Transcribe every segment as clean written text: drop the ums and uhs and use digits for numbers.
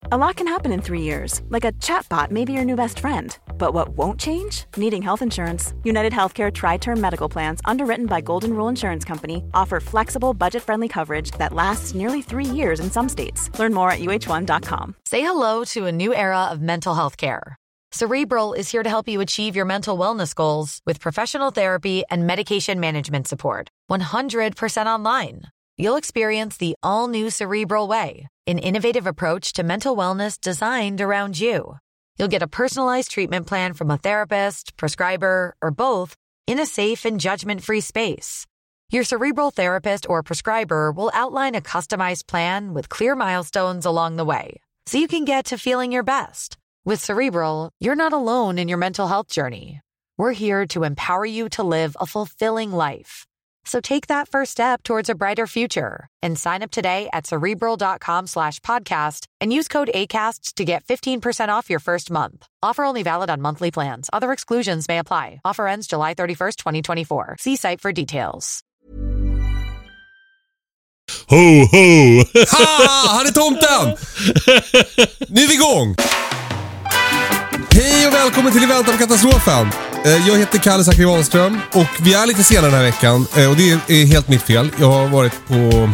A lot can happen in 3 years, like a chatbot may be your new best friend. But what won't change? Needing health insurance. United Healthcare Tri-Term Medical Plans, underwritten by Golden Rule Insurance Company, offer flexible, budget-friendly coverage that lasts nearly 3 years in some states. Learn more at uh1.com. Say hello to a new era of mental health care. Cerebral is here to help you achieve your mental wellness goals with professional therapy and medication management support. 100% online. You'll experience the all-new Cerebral Way, an innovative approach to mental wellness designed around you. You'll get a personalized treatment plan from a therapist, prescriber, or both in a safe and judgment-free space. Your Cerebral therapist or prescriber will outline a customized plan with clear milestones along the way, so you can get to feeling your best. With Cerebral, you're not alone in your mental health journey. We're here to empower you to live a fulfilling life. So take that first step towards a brighter future and sign up today at Cerebral.com/podcast and use code ACAST to get 15% off your first month. Offer only valid on monthly plans. Other exclusions may apply. Offer ends July 31st, 2024. See site for details. Ho, ho! Ha! Han är tomten! Nu är vi igång! Hej och välkommen till I väntan på katastrofen. Jag heter Kalle Zackari Wahlström och vi är lite senare den här veckan och det är helt mitt fel. Jag har varit på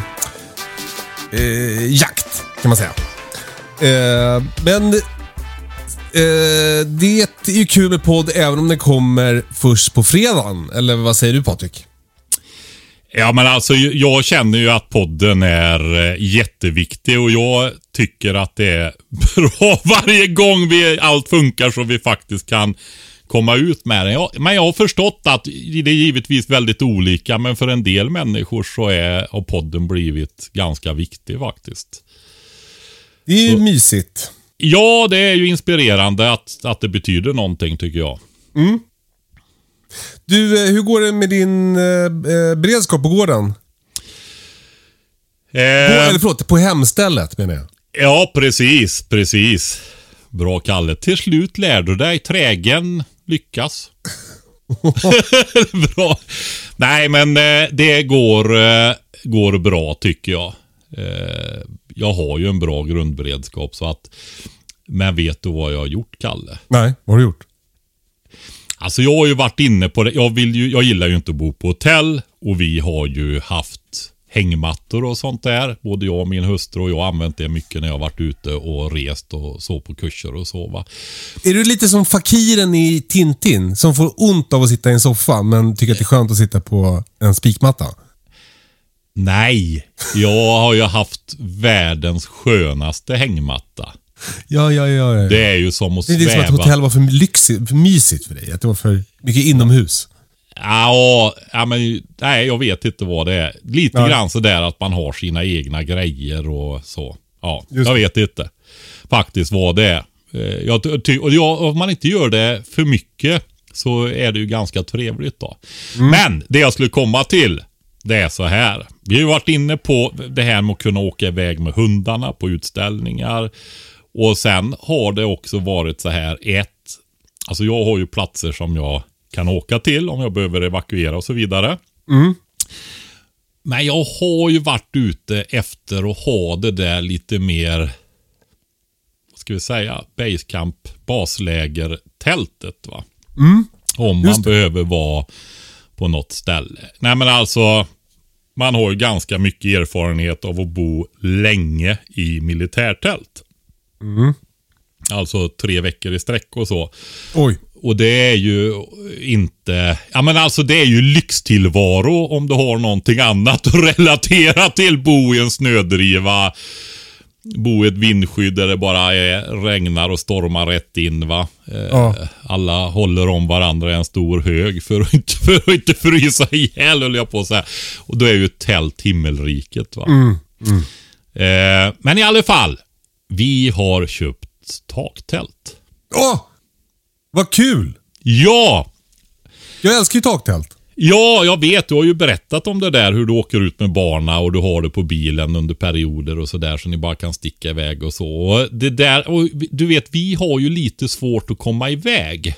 jakt kan man säga. Men det är ju kul med podd även om den kommer först på fredagen. Eller vad säger du, Patrik? Ja, men alltså jag känner ju att podden är jätteviktig och jag tycker att det är bra varje gång allt funkar så vi faktiskt kan komma ut med det. Men jag har förstått att det är givetvis väldigt olika, men för en del människor så har podden blivit ganska viktig faktiskt. Det är ju mysigt. Ja, det är ju inspirerande att det betyder någonting tycker jag. Mm. Du, hur går det med din beredskap på gården? Eller förlåt, på hemstället menar jag. Ja, precis. Bra, Kalle. Till slut lär du dig. Trägen lyckas. Bra. Nej, men det går bra tycker jag. Jag har ju en bra grundberedskap så att... Men vet du vad jag har gjort, Kalle? Nej, vad har du gjort? Alltså jag har ju varit inne på det. Jag gillar ju inte att bo på hotell. Och vi har ju haft hängmattor och sånt där. Både jag och min hustru, och jag har använt det mycket när jag har varit ute och rest och så på kurser och så, va. Är du lite som fakiren i Tintin som får ont av att sitta i en soffa men tycker att det är skönt att sitta på en spikmatta? Nej, jag har ju haft världens skönaste hängmatta. Ja. Det är ju som att sväva. Det är som att hotell var för mysigt för dig. Att det var för mycket inomhus. Ja, men nej, jag vet inte vad det är. Lite grann så där att man har sina egna grejer och så. Ja, jag vet inte faktiskt vad det är. Om man inte gör det för mycket så är det ju ganska trevligt då. Men det jag skulle komma till, det är så här. Vi har ju varit inne på det här med att kunna åka iväg med hundarna på utställningar. Och sen har det också varit så här alltså jag har ju platser som jag kan åka till om jag behöver evakuera och så vidare. Men jag har ju varit ute efter att ha det där lite mer, vad ska vi säga, basecamp, basläger, tältet, va? Om man behöver vara på något ställe. Nej, men alltså man har ju ganska mycket erfarenhet av att bo länge i militärtält. Alltså 3 veckor i sträck och så. Oj. Och det är ju inte... Ja, men alltså det är ju lyxtillvaro om du har någonting annat att relatera till. Bo i en snödriva. Bo i ett vindskydd där det bara regnar och stormar rätt in, va. Alla håller om varandra i en stor hög för att inte frysa ihjäl, höll jag på att säga. Och då är ju tält himmelriket, va. Men i alla fall, vi har köpt taktält. Vad kul! Ja! Jag älskar ju taktält. Ja, jag vet. Du har ju berättat om det där. Hur du åker ut med barna och du har det på bilen under perioder och sådär. Så ni bara kan sticka iväg och så. Och det där, och du vet, vi har ju lite svårt att komma iväg.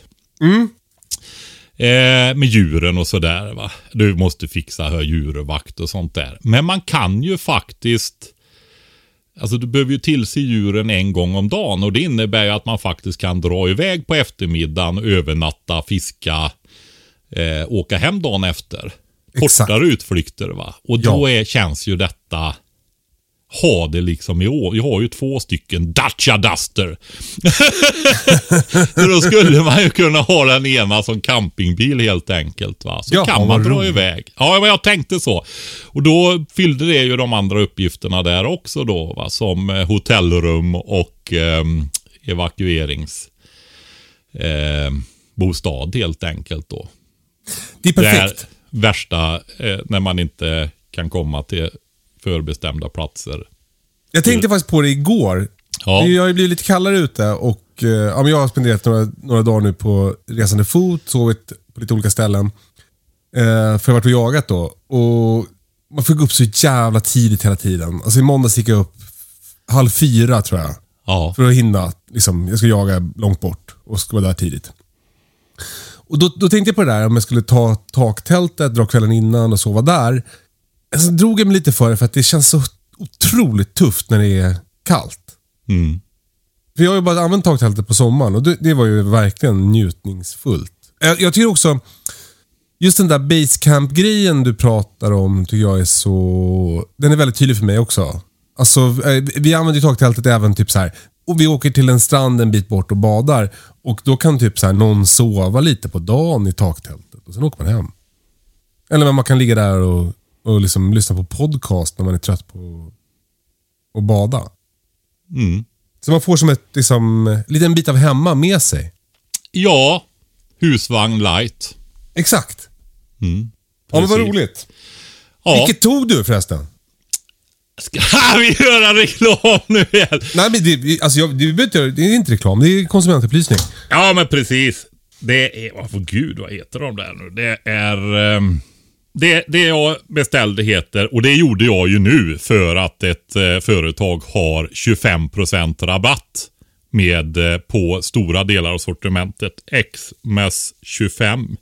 Med djuren och sådär, va. Du måste fixa djurvakt och sånt där. Men man kan ju faktiskt Alltså du behöver ju tillse djuren en gång om dagen. Och det innebär ju att man faktiskt kan dra iväg på eftermiddagen, övernatta, fiska, åka hem dagen efter. Kortare utflykter va. Och då känns ju detta... Ha det liksom i år. Jag har ju 2 stycken Dacia Duster. Så då skulle man ju kunna ha den ena som campingbil helt enkelt va. Så kan man dra iväg. Ja, men jag tänkte så. Och då fyllde det ju de andra uppgifterna där också då va. Som hotellrum och evakueringsbostad helt enkelt då. Det är perfekt. Det värsta när man inte kan komma till förbestämda platser. Jag tänkte faktiskt på det igår. Ja. Jag har ju blivit lite kallare ute och men jag har spenderat några dagar nu på resande fot, sovit på lite olika ställen. För jag har varit och jagat då. Och man får gå upp så jävla tidigt hela tiden. Alltså i måndags gick jag upp 3:30 tror jag. Ja. För att hinna, liksom, jag ska jaga långt bort och ska vara där tidigt. Och då tänkte jag på det där, om jag skulle ta taktältet, dra kvällen innan och sova där. Alltså drog jag mig lite för det för att det känns så otroligt tufft när det är kallt. Mm. För jag har ju bara använt taktältet på sommaren och det var ju verkligen njutningsfullt. Jag tycker också, just den där basecamp-grejen du pratar om tycker jag är så... Den är väldigt tydlig för mig också. Alltså, vi använder ju taktältet även typ så här. Och vi åker till en strand en bit bort och badar. Och då kan typ så här någon sova lite på dagen i taktältet. Och sen åker man hem. Eller man kan ligga där och liksom lyssna på podcast när man är trött på att bada. Mm. Så man får som ett liksom, liten bit av hemma med sig. Ja, husvagn light. Exakt. Mm. Ja, men vad roligt. Ja. Vilket tog du förresten? Ska vi göra reklam nu igen? Nej, men det är inte reklam, det är konsumentupplysning. Ja, men precis. Det är, gud, vad heter de där nu? Det är... Det jag beställde heter, och det gjorde jag ju nu för att ett företag har 25% rabatt med på stora delar av sortimentet. XMS 25.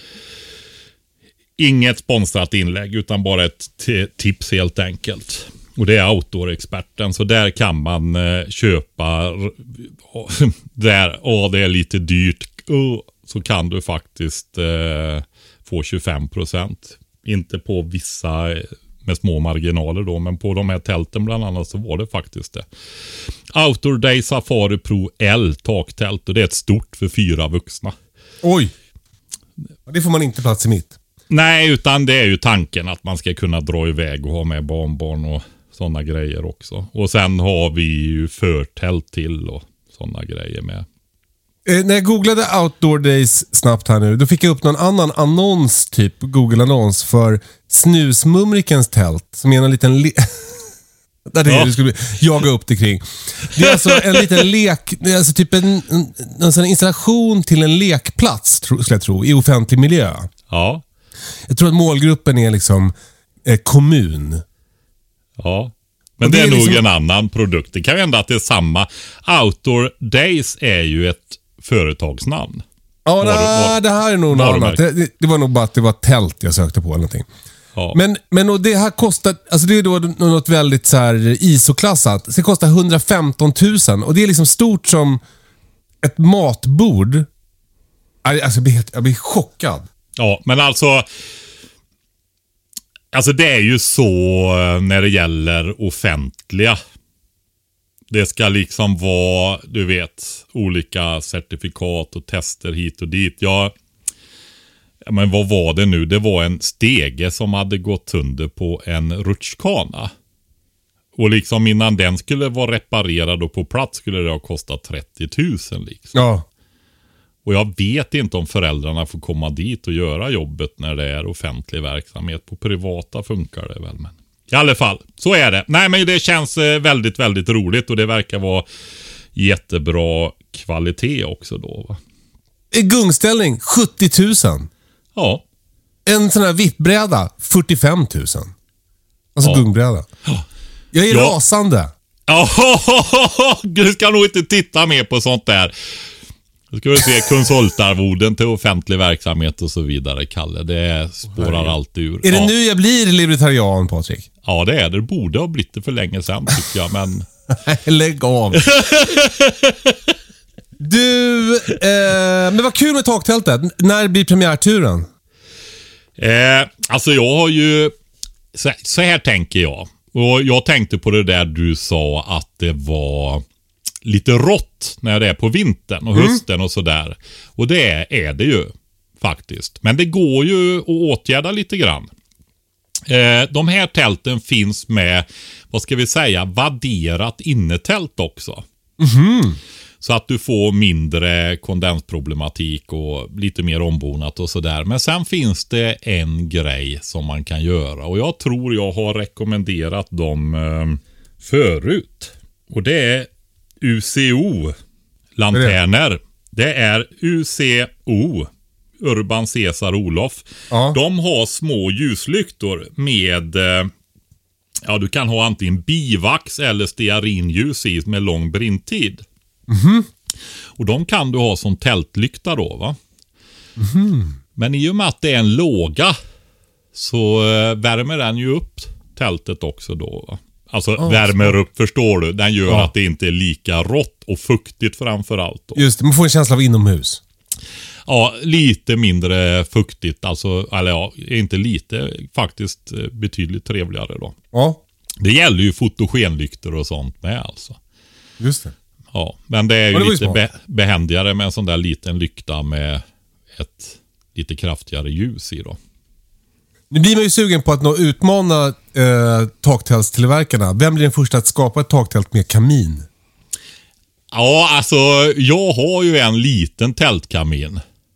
Inget sponsrat inlägg utan bara ett tips helt enkelt. Och det är Outdoor-experten, så där kan man köpa där, det är lite dyrt, så kan du faktiskt få 25%. Inte på vissa med små marginaler då, men på de här tälten bland annat så var det faktiskt det. Outdoor Day Safari Pro L taktält, och det är ett stort för 4 vuxna. Oj! Det får man inte plats i mitt. Nej, utan det är ju tanken att man ska kunna dra iväg och ha med barnbarn och sådana grejer också. Och sen har vi ju förtält till och sådana grejer med. När jag googlade Outdoor Days snabbt här nu, då fick jag upp någon annan annons, typ Google-annons för Snusmumrikens tält, som är en liten där det du skulle jaga upp det kring. Det är alltså en liten lek, det är alltså typ en installation till en lekplats, skulle jag tro, i offentlig miljö. Ja. Jag tror att målgruppen är liksom kommun. Ja. Men det är nog liksom en annan produkt. Det kan ju hända att det är samma. Outdoor Days är ju ett företagsnamn. Ja, det här är nog något annat. Det var nog bara att det var tält jag sökte på eller någonting. Ja. Men och det här kostar, alltså det är då något väldigt så här ISO-klassat. Så det kostar 115 000 och det är liksom stort som ett matbord. Alltså jag blir chockad. Ja, men alltså det är ju så när det gäller offentliga. Det ska liksom vara, du vet, olika certifikat och tester hit och dit. Ja, men vad var det nu? Det var en stege som hade gått under på en rutschkana. Och liksom innan den skulle vara reparerad och på plats skulle det ha kostat 30 000 liksom. Ja. Och jag vet inte om föräldrarna får komma dit och göra jobbet när det är offentlig verksamhet. På privata funkar det väl, men i alla fall, så är det. Nej, men det känns väldigt, väldigt roligt och det verkar vara jättebra kvalitet också då, va? Gungställning, 70 000. Ja. En sån här vippbräda, 45 000. Alltså ja. Gungbräda. Ja. Jag är rasande. Ja, du ska nog inte titta mer på sånt där. Då ska vi se konsultarvoden till offentlig verksamhet och så vidare, Kalle. Det spårar alltid ur. Är det nu jag blir libertarian, Patrik? Ja, det är det. Det borde ha blivit det för länge sedan, tycker jag, men... Lägg av. Du, men vad kul med taktältet. När blir premiärturen? Alltså jag har ju... Så här tänker jag. Och jag tänkte på det där du sa att det var lite rått när det är på vintern och hösten och sådär. Och det är det ju faktiskt. Men det går ju att åtgärda lite grann. De här tälten finns med, vad ska vi säga, vadderat innetält också. Så att du får mindre kondensproblematik och lite mer ombonat och sådär. Men sen finns det en grej som man kan göra. Och jag tror jag har rekommenderat dem förut. Och det är UCO-lanterner. Det är UCO, Urban Cesar Olof. Ja. De har små ljuslyktor med... Ja, du kan ha antingen bivax eller stearinljus i med lång brintid. Och de kan du ha som tältlykta då, va? Men i och med att det är en låga så värmer den ju upp tältet också då, va? Alltså värmer upp, förstår du? Den gör att det inte är lika rått och fuktigt framförallt då. Just det, man får en känsla av inomhus. Ja, lite mindre fuktigt, alltså, eller ja, inte lite, faktiskt betydligt trevligare då. Ja. Det gäller ju fotogenlyktor och sånt med alltså. Just det. Ja, men det är ju lite behändigare med en sån där liten lykta med ett lite kraftigare ljus i då. Nu blir man ju sugen på att utmana taktältstillverkarna. Vem blir den första att skapa ett taktält med kamin? Ja, alltså jag har ju en liten tältkamin.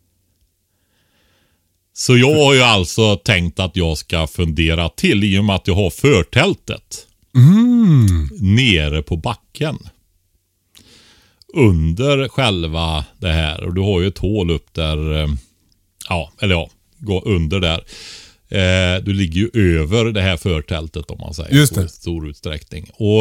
Så jag har ju alltså tänkt att jag ska fundera till i och med att jag har förtältet nere på backen. Under själva det här. Och du har ju ett hål upp där. Gå under där. Du ligger ju över det här förtältet om man säger. Just det. I stor utsträckning. Och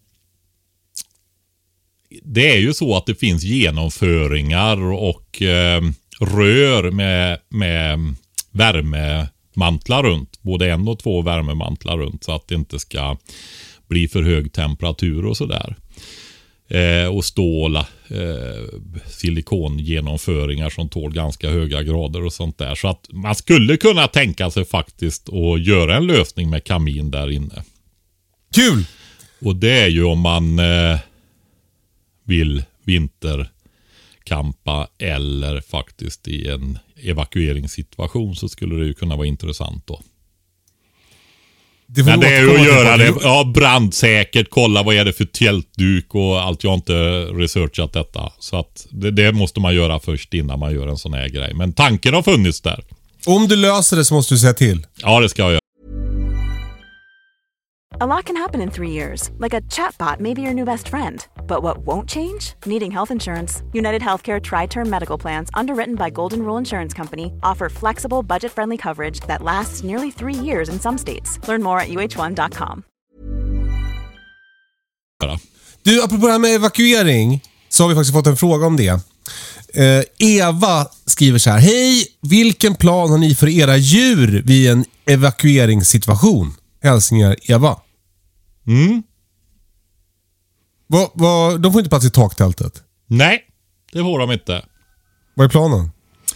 det är ju så att det finns genomföringar och rör med värmemantlar runt. Både 1 och 2 värmemantlar runt. Så att det inte ska bli för hög temperatur och sådär. Och stål, silikongenomföringar som tål ganska höga grader och sånt där. Så att man skulle kunna tänka sig faktiskt att göra en lösning med kamin där inne. Kul! Och det är ju om man vill vinterkampa eller faktiskt i en evakueringssituation så skulle det ju kunna vara intressant då. Men det är ju att göra det brandsäkert, kolla vad är det för tältduk och allt. Jag har inte researchat detta. Så att det måste man göra först innan man gör en sån här grej. Men tanken har funnits där. Om du löser det så måste du säga till. Ja, det ska jag göra. A lot can happen in 3 years, like a chatbot may be your new best friend. But what won't change? Needing health insurance. United Healthcare Tri-Term Medical Plans, underwritten by Golden Rule Insurance Company, offer flexible, budget-friendly coverage that lasts nearly 3 years in some states. Learn more at uh1.com. Du, apropå det här med evakuering, så har vi faktiskt fått en fråga om det. Eva skriver så här: hej, vilken plan har ni för era djur vid en evakueringssituation? Hälsningar, Eva. De får inte plats i taktältet? Nej, det får de inte. Vad är planen?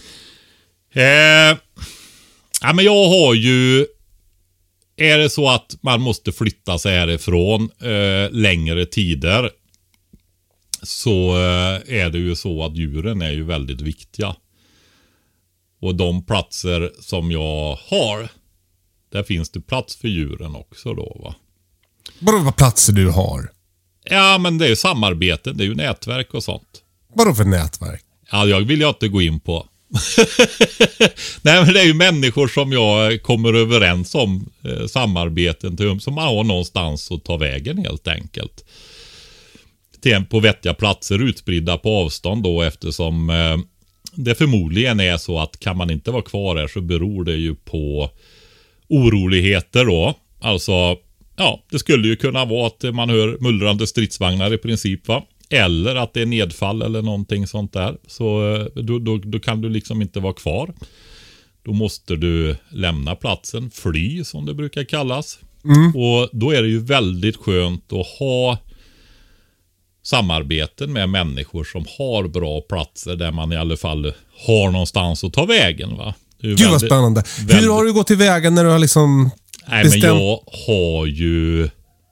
Men jag har ju... Är det så att man måste flytta sig härifrån längre tider, så är det ju så att djuren är ju väldigt viktiga. Och de platser som jag har, där finns det plats för djuren också då, va? Vadå vad platser du har? Ja, men det är ju samarbete, det är ju nätverk och sånt. Vadå för nätverk? Ja, jag vill ju inte gå in på. Nej, men det är ju människor som jag kommer överens om samarbeten till, som man har någonstans att ta vägen helt enkelt. På vettiga platser utspridda på avstånd då, eftersom det förmodligen är så att kan man inte vara kvar här så beror det ju på oroligheter då. Alltså, ja, det skulle ju kunna vara att man hör mullrande stridsvagnar i princip, va? eller att det är nedfall eller någonting sånt där, så då kan du liksom inte vara kvar. Då måste du lämna platsen, fly som det brukar kallas. Och då är det ju väldigt skönt att ha samarbeten med människor som har bra platser där man i alla fall har någonstans att ta vägen, va? Gud vad spännande. Hur har du gått till vägen när du har liksom bestämt? Men jag har ju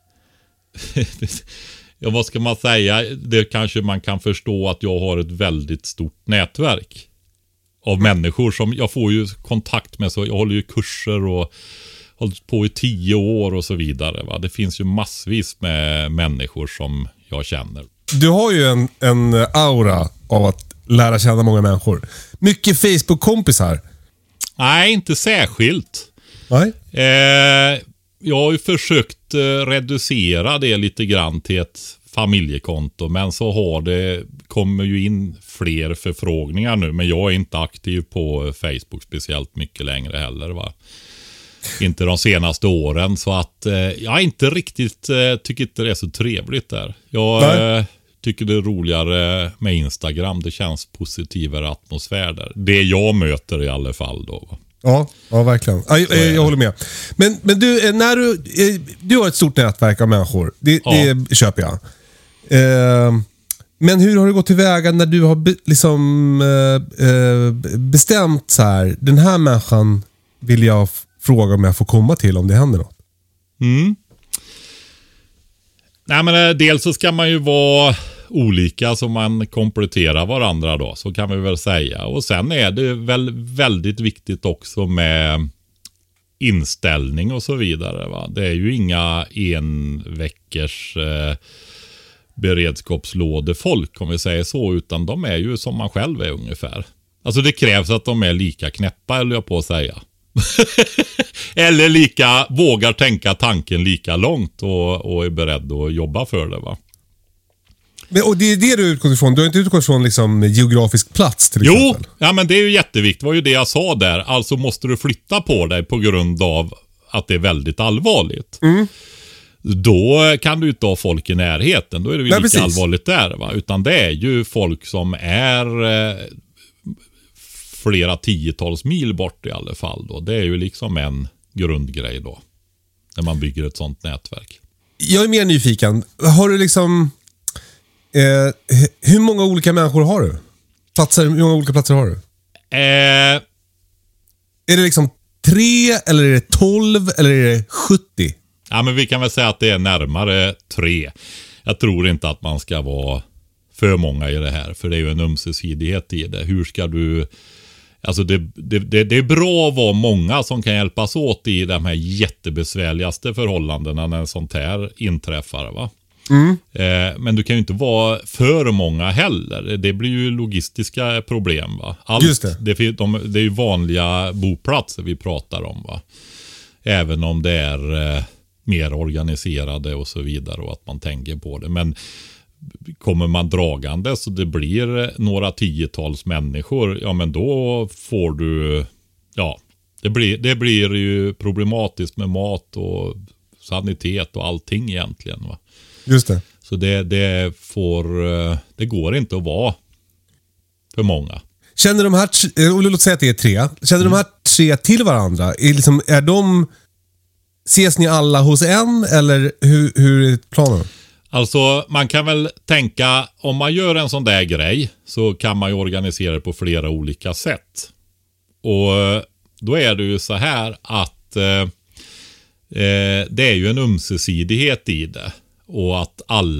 ja, vad ska man säga? Det kanske man kan förstå att jag har ett väldigt stort nätverk av människor som jag får ju kontakt med. Så jag håller ju kurser och hållit på i 10 år och så vidare, va? Det finns ju massvis med människor som jag känner. Du har ju en aura av att lära känna många människor. Mycket Facebook-kompisar. Nej, inte särskilt. Nej. Jag har ju försökt reducera det lite grann till ett familjekonto, men så kommer ju in fler förfrågningar nu, men jag är inte aktiv på Facebook speciellt mycket längre heller, va? Inte de senaste åren, så att jag inte riktigt tycker inte det är så trevligt där. Jag tycker det är roligare med Instagram. Det känns positivare atmosfär där. Det jag möter i alla fall då. Ja, verkligen. Jag håller med. Men du, när du har ett stort nätverk av människor. Det köper jag. Men hur har du gått tillväga när du har bestämt så här, den här människan vill jag fråga om jag får komma till om det händer något? Nej, men dels så ska man ju vara olika så man kompletterar varandra då, så kan vi väl säga. Och sen är det väl väldigt viktigt också med inställning och så vidare, va? Det är ju inga enveckors beredskapslådefolk, om vi säger så, utan de är ju som man själv är ungefär. Alltså det krävs att de är lika knäppa, eller jag på att säga. Eller vågar tänka tanken lika långt och är beredd att jobba för det, va? Och det är det du utgår ifrån? Du har inte utgått ifrån liksom geografisk plats till exempel? Jo, ja, men det är ju jätteviktigt. Det var ju det jag sa där. Alltså måste du flytta på dig på grund av att det är väldigt allvarligt. Då kan du inte ha folk i närheten. Då är det ju lika allvarligt där, va? Utan det är ju folk som är flera tiotals mil bort i alla fall då. Det är ju liksom en grundgrej då, när man bygger ett sånt nätverk. Jag är mer nyfiken. Har du liksom hur många olika människor har du? Hur många olika platser har du? Är det liksom 3 eller är det 12 eller är det 70? Ja, men vi kan väl säga att det är närmare 3. Jag tror inte att man ska vara för många i det här, för det är ju en ömsesidighet i det. Hur ska du... Alltså det är bra att vara många som kan hjälpas åt i de här jättebesvärligaste förhållandena när sånt här inträffar, va? Men du kan ju inte vara för många heller. Det blir ju logistiska problem, va? Just det. Det är ju vanliga boplatser vi pratar om, va? Även om det är mer organiserade och så vidare, och att man tänker på det. Men kommer man dragande så det blir några tiotals människor, ja men då får du, ja, det blir ju problematiskt med mat och sanitet och allting egentligen, va? Just det. Så det går inte att vara för många. Känner de här, låt säga att det är 3. Känner de här 3 till varandra? Är de, ses ni alla hos en, eller hur är planen? Alltså man kan väl tänka, om man gör en sån där grej så kan man ju organisera det på flera olika sätt. Och då är det ju så här att det är ju en ömsesidighet i det. Och att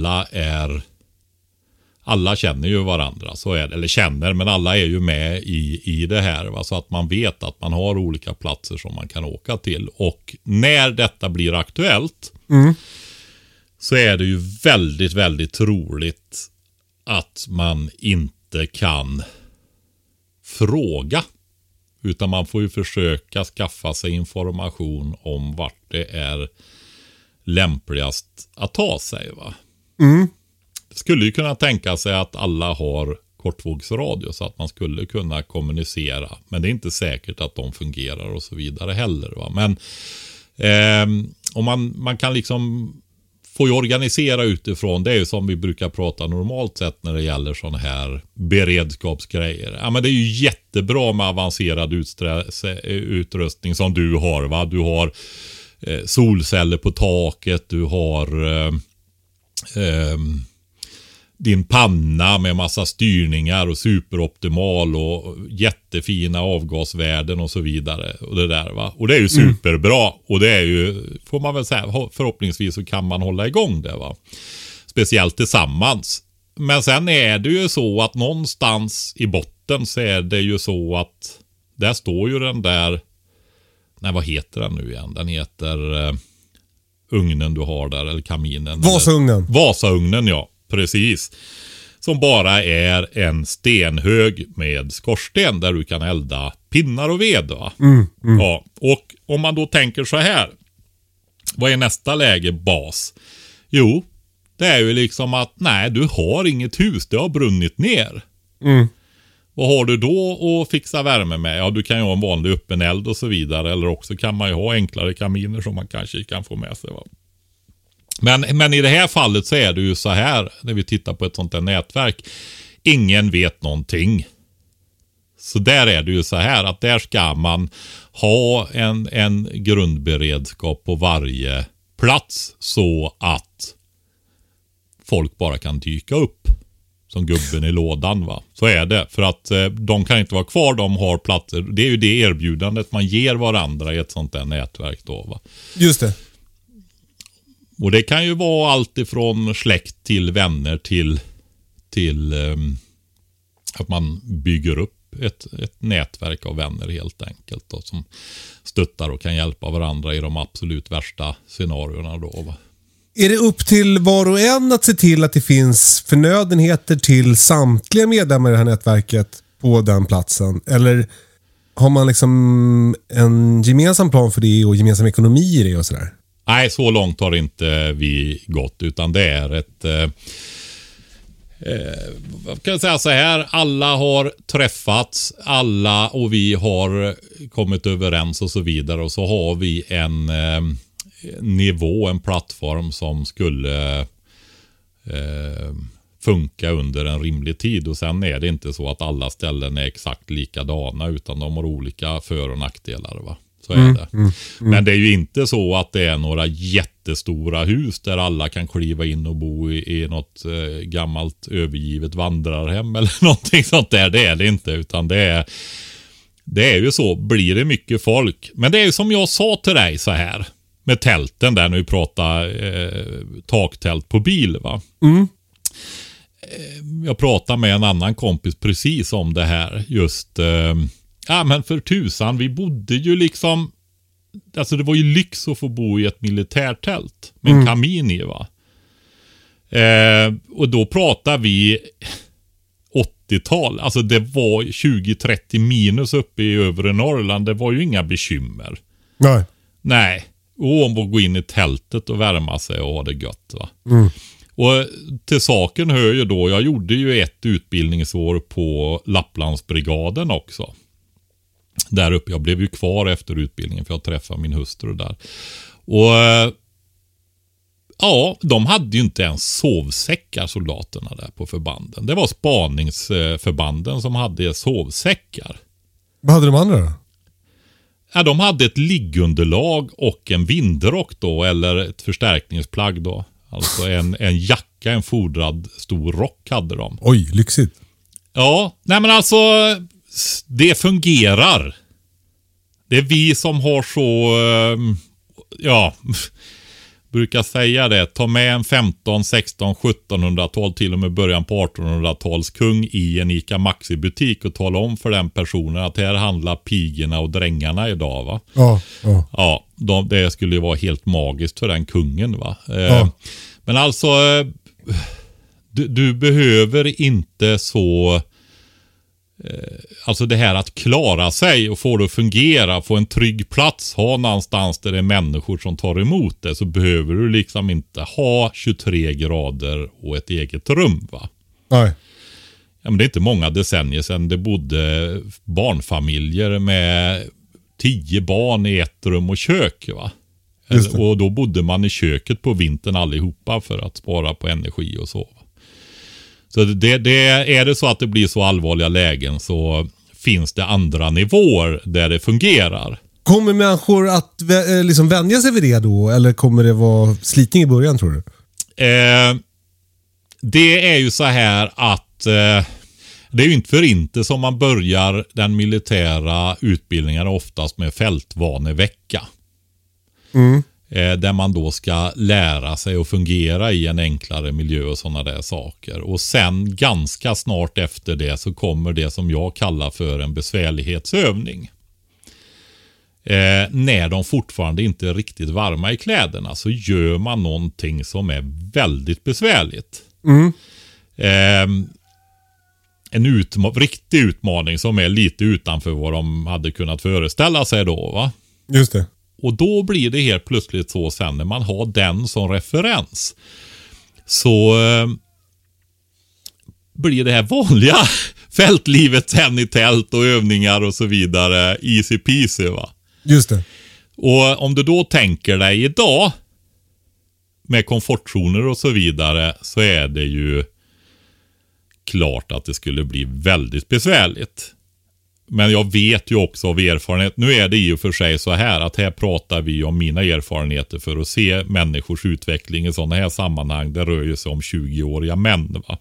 alla känner ju varandra, så är det, eller känner, men alla är ju med i det här, va? Så att man vet att man har olika platser som man kan åka till. Och när detta blir aktuellt så är det ju väldigt, väldigt troligt att man inte kan fråga, utan man får ju försöka skaffa sig information om vart det är lämpligast att ta sig, va? Det skulle ju kunna tänka sig att alla har kortvågsradio så att man skulle kunna kommunicera, men det är inte säkert att de fungerar och så vidare heller, va? Men om man kan liksom får ju organisera utifrån. Det är ju som vi brukar prata normalt sett när det gäller sådana här beredskapsgrejer. Ja, men det är ju jättebra med avancerad utrustning som du har, va? Du har solceller på taket, du har din panna med massa styrningar och superoptimal och jättefina avgasvärden och så vidare och det där, va. Och det är ju superbra och det är ju, får man väl säga, förhoppningsvis så kan man hålla igång det, va. Speciellt tillsammans. Men sen är det ju så att någonstans i botten så är det ju så att där står ju den där, nej, vad heter den nu igen? Den heter ugnen du har där, eller kaminen. Vasaugnen. Vasaugnen, ja. Precis. Som bara är en stenhög med skorsten där du kan elda pinnar och ved, va? Ja. Och om man då tänker så här, vad är nästa läge bas? Jo, det är ju liksom att nej, du har inget hus, det har brunnit ner. Vad har du då att fixa värme med? Ja, du kan ju ha en vanlig öppen eld och så vidare. Eller också kan man ju ha enklare kaminer som man kanske kan få med sig, va? Men i det här fallet så är det ju så här, när vi tittar på ett sånt här nätverk. Ingen vet någonting. Så där är det ju så här att där ska man ha en grundberedskap på varje plats så att folk bara kan dyka upp. Som gubben i lådan, va. Så är det. För att de kan inte vara kvar, de har platser. Det är ju det erbjudandet man ger varandra i ett sånt där nätverk då, va. Just det. Och det kan ju vara allt ifrån släkt till vänner till att man bygger upp ett nätverk av vänner helt enkelt då, som stöttar och kan hjälpa varandra i de absolut värsta scenarierna då, va. Är det upp till var och en att se till att det finns förnödenheter till samtliga medlemmar i det här nätverket på den platsen? Eller har man liksom en gemensam plan för det och gemensam ekonomi i det och sådär? Nej, så långt har inte vi gått, utan det är ett vad kan jag säga så här, alla har träffats, alla och vi har kommit överens och så vidare, och så har vi en nivå, en plattform som skulle funka under en rimlig tid. Och sen är det inte så att alla ställen är exakt likadana, utan de har olika för- och nackdelar, va. Så är det. Men det är ju inte så att det är några jättestora hus där alla kan kliva in och bo i något gammalt övergivet vandrarhem eller någonting sånt där. Det är det inte, utan det är ju så, blir det mycket folk. Men det är ju som jag sa till dig så här med tälten där, när vi pratar taktält på bil, va. Jag pratade med en annan kompis precis om det här just ja, men för tusan, vi bodde ju liksom, alltså det var ju lyx att få bo i ett militärtält med en kamin i, va. Och då pratar vi 80-tal, alltså det var 20-30 minus uppe i övre Norrland, det var ju inga bekymmer. Nej. Och om att gå in i tältet och värma sig och ha det gött, va. Och till saken hör ju då, jag gjorde ju ett utbildningsår på Lapplandsbrigaden också. Där uppe, jag blev ju kvar efter utbildningen för jag träffade min hustru där. Och ja, de hade ju inte ens sovsäckar, soldaterna där på förbanden. Det var spaningsförbanden som hade sovsäckar. Vad hade de andra då? Ja, de hade ett liggunderlag och en vindrock då, eller ett förstärkningsplagg då. Alltså en jacka, en fodrad stor rock hade de. Oj, lyxigt. Ja, nej men alltså, det fungerar. Det är vi som har så, ja, brukar säga det. Ta med en 15, 16, 1700-tal, till och med början på 1800-tals kung i en ICA Maxi-butik och tala om för den personen att här handlar pigorna och drängarna idag, va? Ja, det skulle ju vara helt magiskt för den kungen, va? Men alltså, du behöver inte så, alltså det här att klara sig och få det att fungera, få en trygg plats, ha någonstans där det är människor som tar emot det, så behöver du liksom inte ha 23 grader och ett eget rum, va? Nej. Ja, men det är inte många decennier sedan det bodde barnfamiljer med 10 barn i ett rum och kök, va? Och då bodde man i köket på vintern allihopa för att spara på energi och så. Så är det så att det blir så allvarliga lägen så finns det andra nivåer där det fungerar. Kommer människor att liksom vänja sig vid det då? Eller kommer det vara slitning i början, tror du? Det är ju så här att det är ju inte för inte som man börjar den militära utbildningen oftast med fältvanevecka. Där man då ska lära sig att fungera i en enklare miljö och sådana där saker. Och sen ganska snart efter det så kommer det som jag kallar för en besvärlighetsövning. När de fortfarande inte är riktigt varma i kläderna så gör man någonting som är väldigt besvärligt. En riktig utmaning som är lite utanför vad de hade kunnat föreställa sig då, va? Just det. Och då blir det helt plötsligt så sen när man har den som referens så blir det här vanliga fältlivet sen i tält och övningar och så vidare easy peasy, va? Just det. Och om du då tänker dig idag med komfortzoner och så vidare så är det ju klart att det skulle bli väldigt besvärligt. Men jag vet ju också av erfarenhet, nu är det i och för sig så här att här pratar vi om mina erfarenheter för att se människors utveckling i sådana här sammanhang. Det rör ju sig om 20-åriga män, va?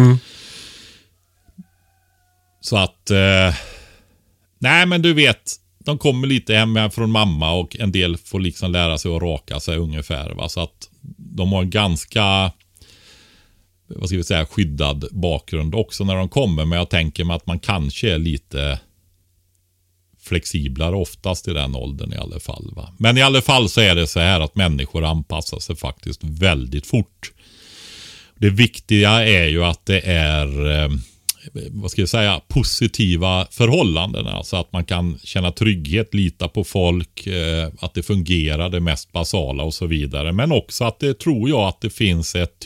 Så att nej men du vet, de kommer lite hem från mamma och en del får liksom lära sig att raka sig ungefär, va? Så att de har en ganska, vad ska vi säga, skyddad bakgrund också när de kommer. Men jag tänker mig att man kanske är lite flexiblare oftast i den åldern i alla fall, va? Men i alla fall så är det så här att människor anpassar sig faktiskt väldigt fort. Det viktiga är ju att det är vad ska jag säga, positiva förhållanden. Alltså att man kan känna trygghet, lita på folk, att det fungerar, det mest basala och så vidare. Men också att det tror jag att det finns ett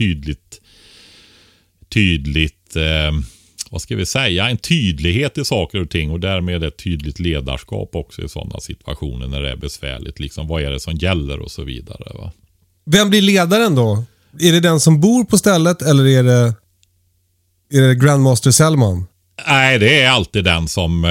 tydligt vad ska vi säga, en tydlighet i saker och ting och därmed ett tydligt ledarskap också i sådana situationer när det är besvärligt. Liksom, vad är det som gäller och så vidare, va? Vem blir ledaren då? Är det den som bor på stället eller är det Grandmaster Selman? Nej, det är alltid den som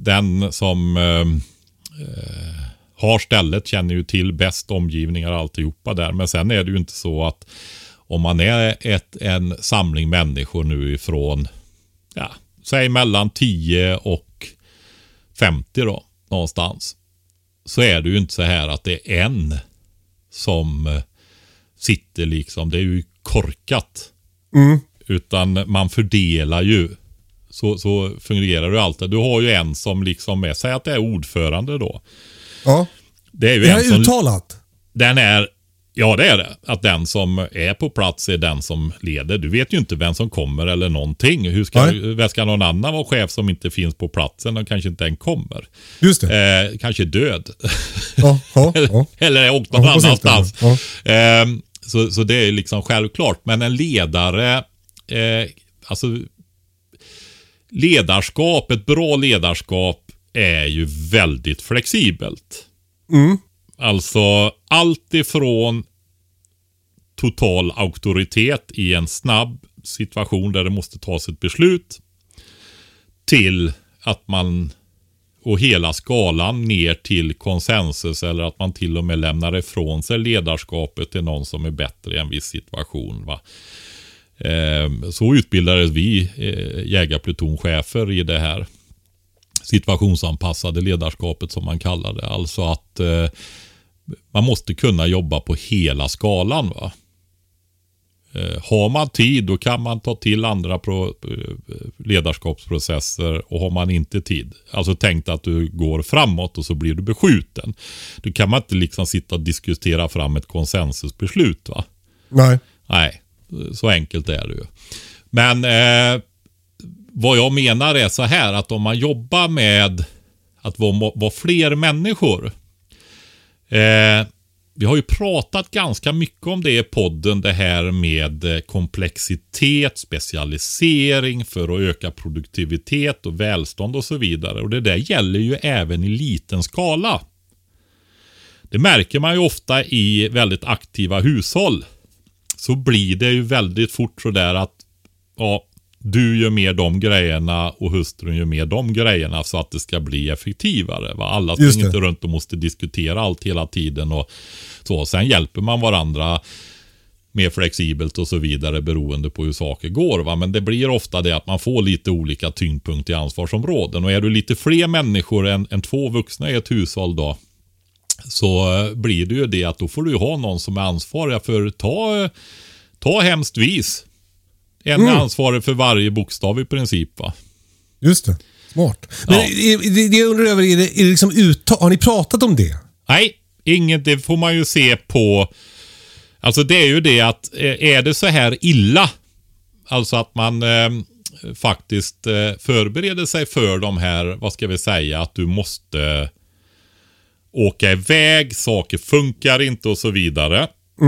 har stället, känner ju till bäst omgivningar och alltihopa där. Men sen är det ju inte så att om man är en samling människor nu ifrån, ja, säg mellan 10 och 50 då, någonstans. Så är det ju inte så här att det är en som sitter liksom, det är ju korkat. Utan man fördelar ju. Så fungerar det alltid. Du har ju en som liksom är, säg att det är ordförande då. Ja. Det är ju det en som uttalat. Den är, ja det är det. Att den som är på plats är den som leder. Du vet ju inte vem som kommer eller någonting. Hur ska någon annan vara chef som inte finns på platsen och kanske inte än kommer? Just det. Kanske död. Ja. eller är åkt någon annanstans. Ja. Så det är liksom självklart. Men en ledare, alltså ledarskap, ett bra ledarskap är ju väldigt flexibelt. Alltså allt ifrån total auktoritet i en snabb situation där det måste tas ett beslut till att man, och hela skalan ner till konsensus eller att man till och med lämnar ifrån sig ledarskapet till någon som är bättre i en viss situation, va? Så utbildades vi jägarplutonchefer i det här situationsanpassade ledarskapet som man kallar det. Alltså att man måste kunna jobba på hela skalan, va? Har man tid då kan man ta till andra ledarskapsprocesser, och har man inte tid, alltså tänkt att du går framåt och så blir du beskjuten, då kan man inte liksom sitta och diskutera fram ett konsensusbeslut, va? Nej, så enkelt är det ju. Men vad jag menar är så här, att om man jobbar med att vara fler människor, vi har ju pratat ganska mycket om det i podden, det här med komplexitet, specialisering för att öka produktivitet och välstånd och så vidare. Och det där gäller ju även i liten skala. Det märker man ju ofta i väldigt aktiva hushåll. Så blir det ju väldigt fort så där att du gör mer de grejerna och hustrun gör mer de grejerna så att det ska bli effektivare. Va? Alla springer inte runt och måste diskutera allt hela tiden och så. Sen hjälper man varandra mer flexibelt och så vidare beroende på hur saker går. Va? Men det blir ofta det att man får lite olika tyngdpunkt i ansvarsområden. Och är du lite fler människor än 2 vuxna i ett hushåll då, så blir det ju det att då får du ha någon som är ansvarig för ta hemskt vis. En är ansvarig för varje bokstav i princip, va? Just det, smart. Men det jag undrar över, är det liksom har ni pratat om det? Nej, inget, det får man ju se på. Alltså det är ju det att är det så här illa, alltså att man faktiskt förbereder sig för de här, vad ska vi säga, att du måste åka iväg, saker funkar inte och så vidare.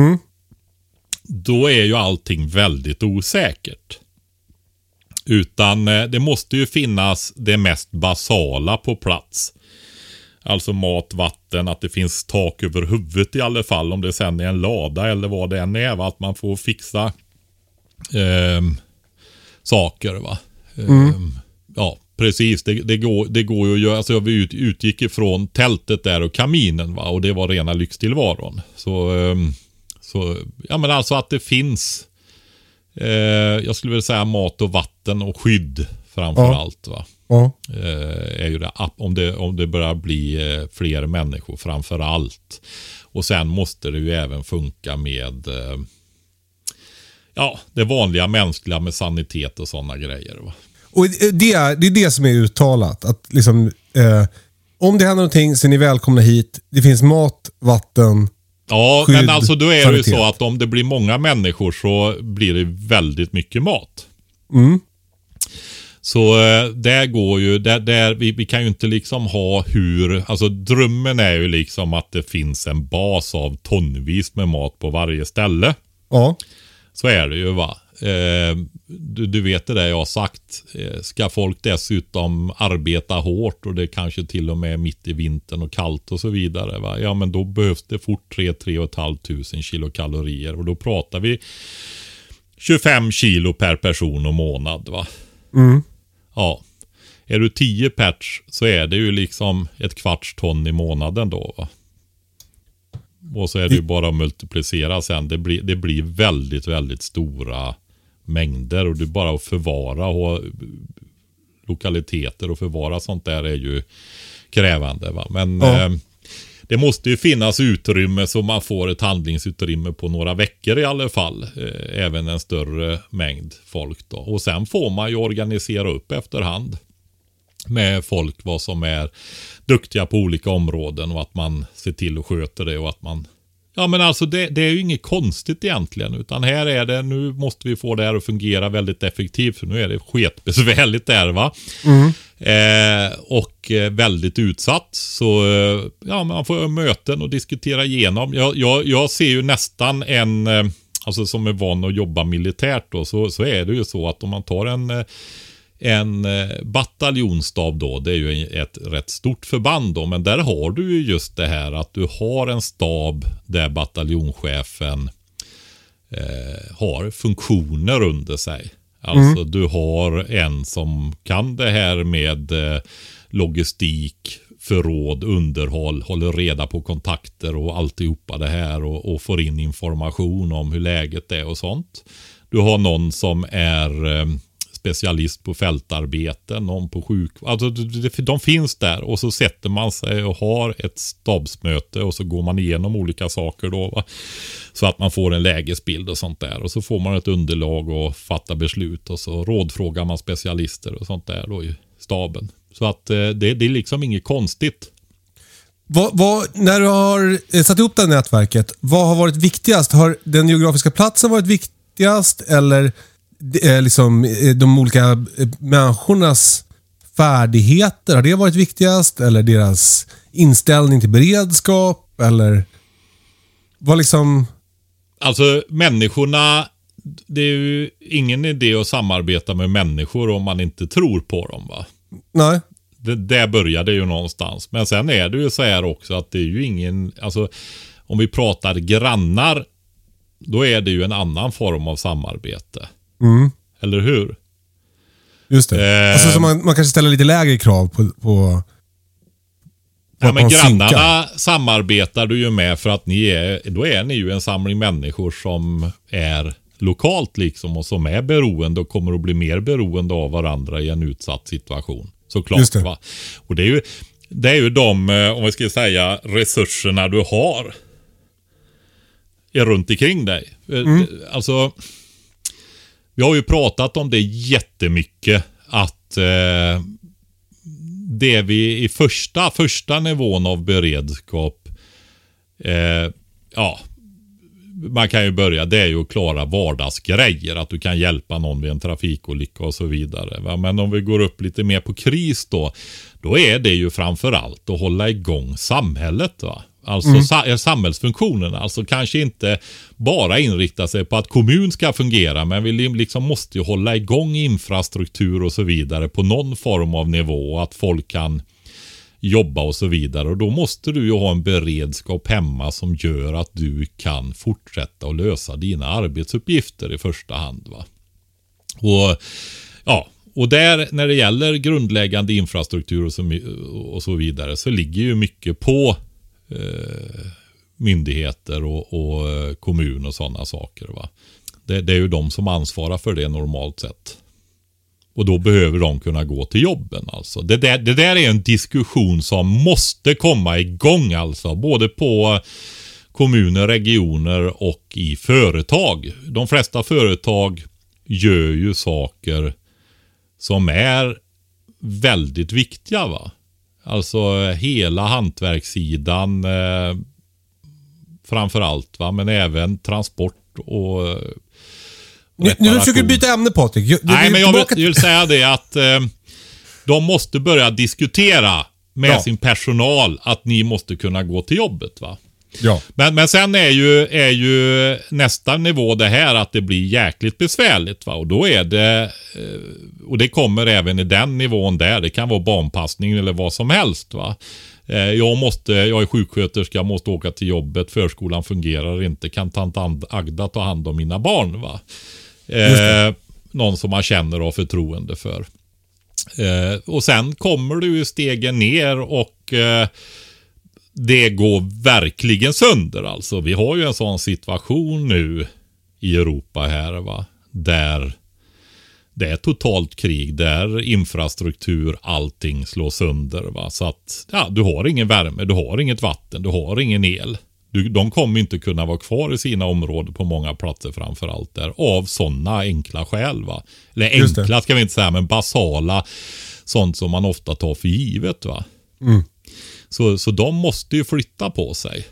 Då är ju allting väldigt osäkert. Utan det måste ju finnas det mest basala på plats. Alltså mat, vatten, att det finns tak över huvudet i alla fall. Om det sen är en lada eller vad det än är. Va? Att man får fixa saker. Va? Ja, precis. Det går ju att göra. Alltså vi utgick ifrån tältet där och kaminen. Va? Och det var rena lyxtillvaron. Så ja, men alltså att det finns jag skulle vilja säga mat och vatten och skydd framför allt, va? Är ju det, om det börjar bli fler människor framför allt. Och sen måste det ju även funka med det vanliga mänskliga med sanitet och sådana grejer, va? Och det är det som är uttalat att liksom, om det händer någonting så är ni välkomna hit. Det finns mat, vatten, ja, skydd, men alltså då är sanitet. det ju så att om det blir många människor så blir det väldigt mycket mat. Så där går ju, vi kan ju inte liksom ha alltså drömmen är ju liksom att det finns en bas av tonvis med mat på varje ställe. Ja. Så är det ju, va. Du vet det där jag har sagt. Ska folk dessutom arbeta hårt och det kanske till och med mitt i vintern och kallt och så vidare, va? Ja, men då behövs det fort 3 500 kilokalorier och då pratar vi 25 kilo per person och månad, va? Ja. Är du 10 pers så är det ju liksom 1/4 ton i månaden då, va? Och så är det ju bara att multiplicera sen. Det blir väldigt, väldigt stora mängder. Och det är bara att förvara och lokaliteter och förvara sånt där är ju krävande, va? Men det måste ju finnas utrymme så man får ett handlingsutrymme på några veckor i alla fall. Även en större mängd folk då. Och sen får man ju organisera upp efterhand med folk vad som är duktiga på olika områden och att man ser till att sköta det och att man, ja men alltså det är ju inget konstigt egentligen, utan här är det, nu måste vi få det här att fungera väldigt effektivt för nu är det sketbesvärligt där, va? Och väldigt utsatt, så ja, man får möten och diskutera igenom. Jag ser ju nästan alltså som är van att jobba militärt då, så är det ju så att om man tar en bataljonsstab då, det är ju ett rätt stort förband då, men där har du ju just det här att du har en stab där bataljonschefen har funktioner under sig. Alltså du har en som kan det här med logistik, förråd, underhåll, håller reda på kontakter och alltihopa det här och får in information om hur läget är och sånt. Du har någon som är specialist på fältarbeten, någon på alltså de finns där och så sätter man sig och har ett stabsmöte och så går man igenom olika saker då, va? Så att man får en lägesbild och sånt där och så får man ett underlag och fatta beslut och så rådfrågar man specialister och sånt där då i staben. Så att det är liksom inget konstigt. När du har satt ihop det här nätverket, vad har varit viktigast? Har den geografiska platsen varit viktigast eller liksom de olika människornas färdigheter, har det varit viktigast, eller deras inställning till beredskap, eller vad liksom? Alltså människorna, det är ju ingen idé att samarbeta med människor om man inte tror på dem, va? Nej. Det började ju någonstans. Men sen är det ju så här också att det är ju ingen, alltså om vi pratar grannar, då är det ju en annan form av samarbete. Eller hur? Just det. Alltså så man kanske ställer lite lägre krav på ja, men grannarna samarbetar du ju med för att då är ni ju en samling människor som är lokalt liksom och som är beroende och kommer att bli mer beroende av varandra i en utsatt situation. Såklart, va? Och det är ju de, om vi ska säga, resurserna du har är runt omkring dig. Alltså, vi har ju pratat om det jättemycket att det vi i första nivån av beredskap man kan ju börja, det är ju att klara vardagsgrejer, att du kan hjälpa någon vid en trafikolycka och så vidare, va? Men om vi går upp lite mer på kris då är det ju framförallt att hålla igång samhället, va? Alltså samhällsfunktionerna, alltså kanske inte bara inrikta sig på att kommun ska fungera, men vi liksom måste ju hålla igång infrastruktur och så vidare på någon form av nivå, att folk kan jobba och så vidare, och då måste du ju ha en beredskap hemma som gör att du kan fortsätta att lösa dina arbetsuppgifter i första hand, va? Och där när det gäller grundläggande infrastruktur och så vidare så ligger ju mycket på myndigheter och kommun och sådana saker, va? Det är ju de som ansvarar för det normalt sett. Och då behöver de kunna gå till jobben, alltså. Det där är en diskussion som måste komma igång, alltså. Både på kommuner, regioner och i företag. De flesta företag gör ju saker som är väldigt viktiga, va? Alltså hela hantverkssidan framförallt, va? Men även transport och nu försöker du byta ämne, Patrik. Nej, men jag vill säga det att de måste börja diskutera med sin personal att ni måste kunna gå till jobbet, va? Ja. Men sen är ju nästa nivå det här att det blir jäkligt besvärligt, va? Och då är det och det kommer även i den nivån där. Det kan vara barnpassning eller vad som helst, va? Jag är sjuksköterska, måste åka till jobbet, förskolan fungerar inte, kan tant Agda ta hand om mina barn, va? Någon som man känner av förtroende för. Och sen kommer du ju stegen ner och det går verkligen sönder, alltså. Vi har ju en sån situation nu i Europa här, va? Där det är totalt krig, där infrastruktur, allting slår sönder, va? Så att du har ingen värme, du har inget vatten, du har ingen el. De kommer inte kunna vara kvar i sina områden på många platser, framförallt där, av sådana enkla skäl, va? Eller enkla ska vi inte säga, men basala, sånt som man ofta tar för givet, va? Så de måste ju flytta på sig.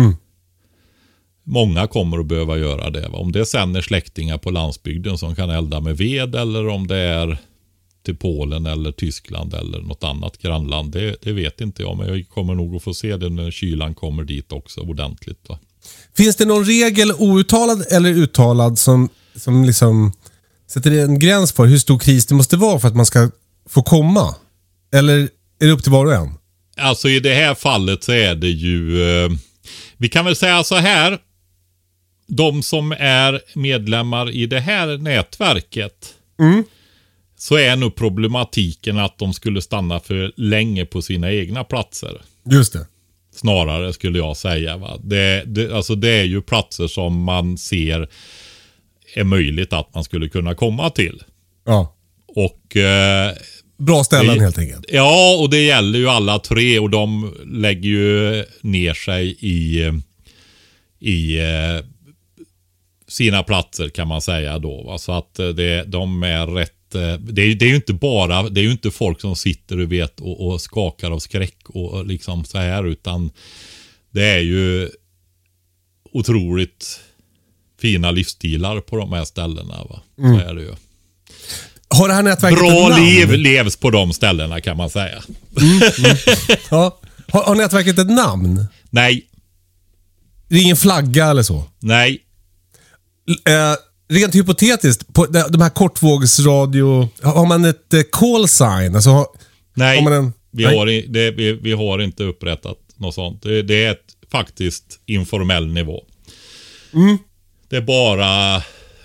Många kommer att behöva göra det, va? Om det sen är släktingar på landsbygden som kan elda med ved, eller om det är till Polen eller Tyskland eller något annat grannland, det vet inte jag, men jag kommer nog att få se det när kylan kommer dit också ordentligt, va? Finns det någon regel, outtalad eller uttalad, som liksom sätter en gräns för hur stor kris det måste vara för att man ska få komma? Eller är det upp till var och en? Alltså i det här fallet så är det ju vi kan väl säga så här, de som är medlemmar i det här nätverket, så är nog problematiken att de skulle stanna för länge på sina egna platser. Just det. Snarare skulle jag säga, va? Alltså det är ju platser som man ser är möjligt att man skulle kunna komma till. Ja. Och bra ställen helt enkelt. Ja, och det gäller ju alla tre, och de lägger ju ner sig i sina platser, kan man säga då, va? Så att de är rätt. Det är ju inte bara, det är ju inte folk som sitter, du vet, och skakar av skräck och liksom så här, utan det är ju otroligt fina livsstilar på de här ställena, va? Så är det ju. Har det här nätverket bra liv levs på de ställena, kan man säga. Ja. Har nätverket ett namn? Nej. Det är ingen flagga eller så? Nej. Rent hypotetiskt, på de här kortvågsradio, har man ett call sign? Alltså, nej. Har man en... Vi har inte upprättat något sånt. Det är faktiskt informell nivå. Det är bara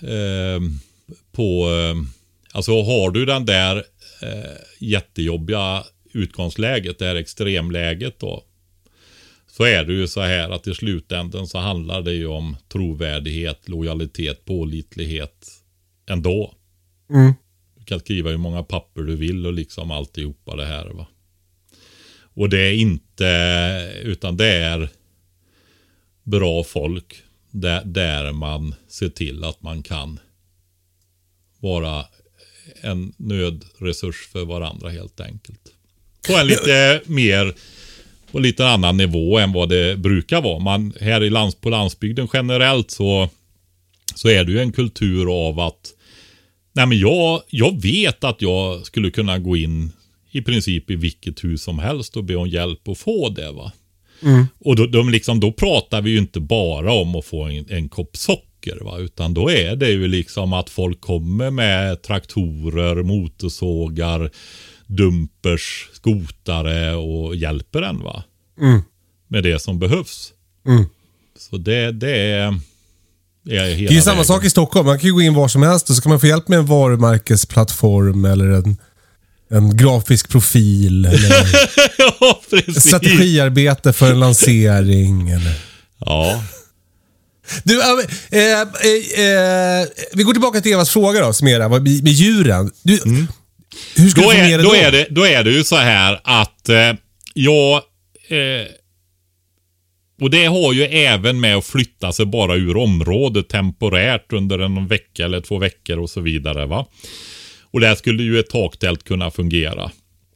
alltså har du den där jättejobbiga utgångsläget, det här extremläget då, så är det ju så här att i slutändan så handlar det ju om trovärdighet, lojalitet, pålitlighet ändå. Du kan skriva hur många papper du vill och liksom alltihopa det här, va. Och det är inte, utan det är bra folk där man ser till att man kan vara en nödresurs för varandra helt enkelt. På en lite mer på lite annan nivå än vad det brukar vara. Man här på landsbygden generellt så är det ju en kultur av att nej men jag vet att jag skulle kunna gå in i princip i vilket hus som helst och be om hjälp och få det, va. Och då pratar vi ju inte bara om att få en kopp socker, va, utan då är det ju liksom att folk kommer med traktorer, motorsågar, dumpers, skotare och hjälper en, va. Med det som behövs. Så det är hela det är ju samma sak i Stockholm. Man kan ju gå in var som helst och så kan man få hjälp med en varumärkesplattform eller en grafisk profil eller ja, precis. Strategiarbete för en lansering eller. Ja. Du, vi går tillbaka till Evas fråga då, Smera, med djuren. Hur ska du få med det då? Då är det ju så här att och det har ju även med att flytta sig bara ur området temporärt under en vecka eller 2 veckor och så vidare, va. Och där skulle ju ett taktält kunna fungera.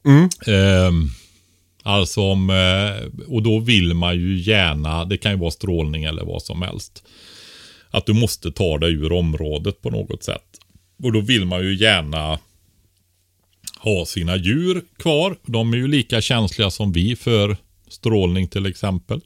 Alltså och då vill man ju gärna, det kan ju vara strålning eller vad som helst, att du måste ta dig ur området på något sätt. Och då vill man ju gärna ha sina djur kvar. De är ju lika känsliga som vi för strålning till exempel.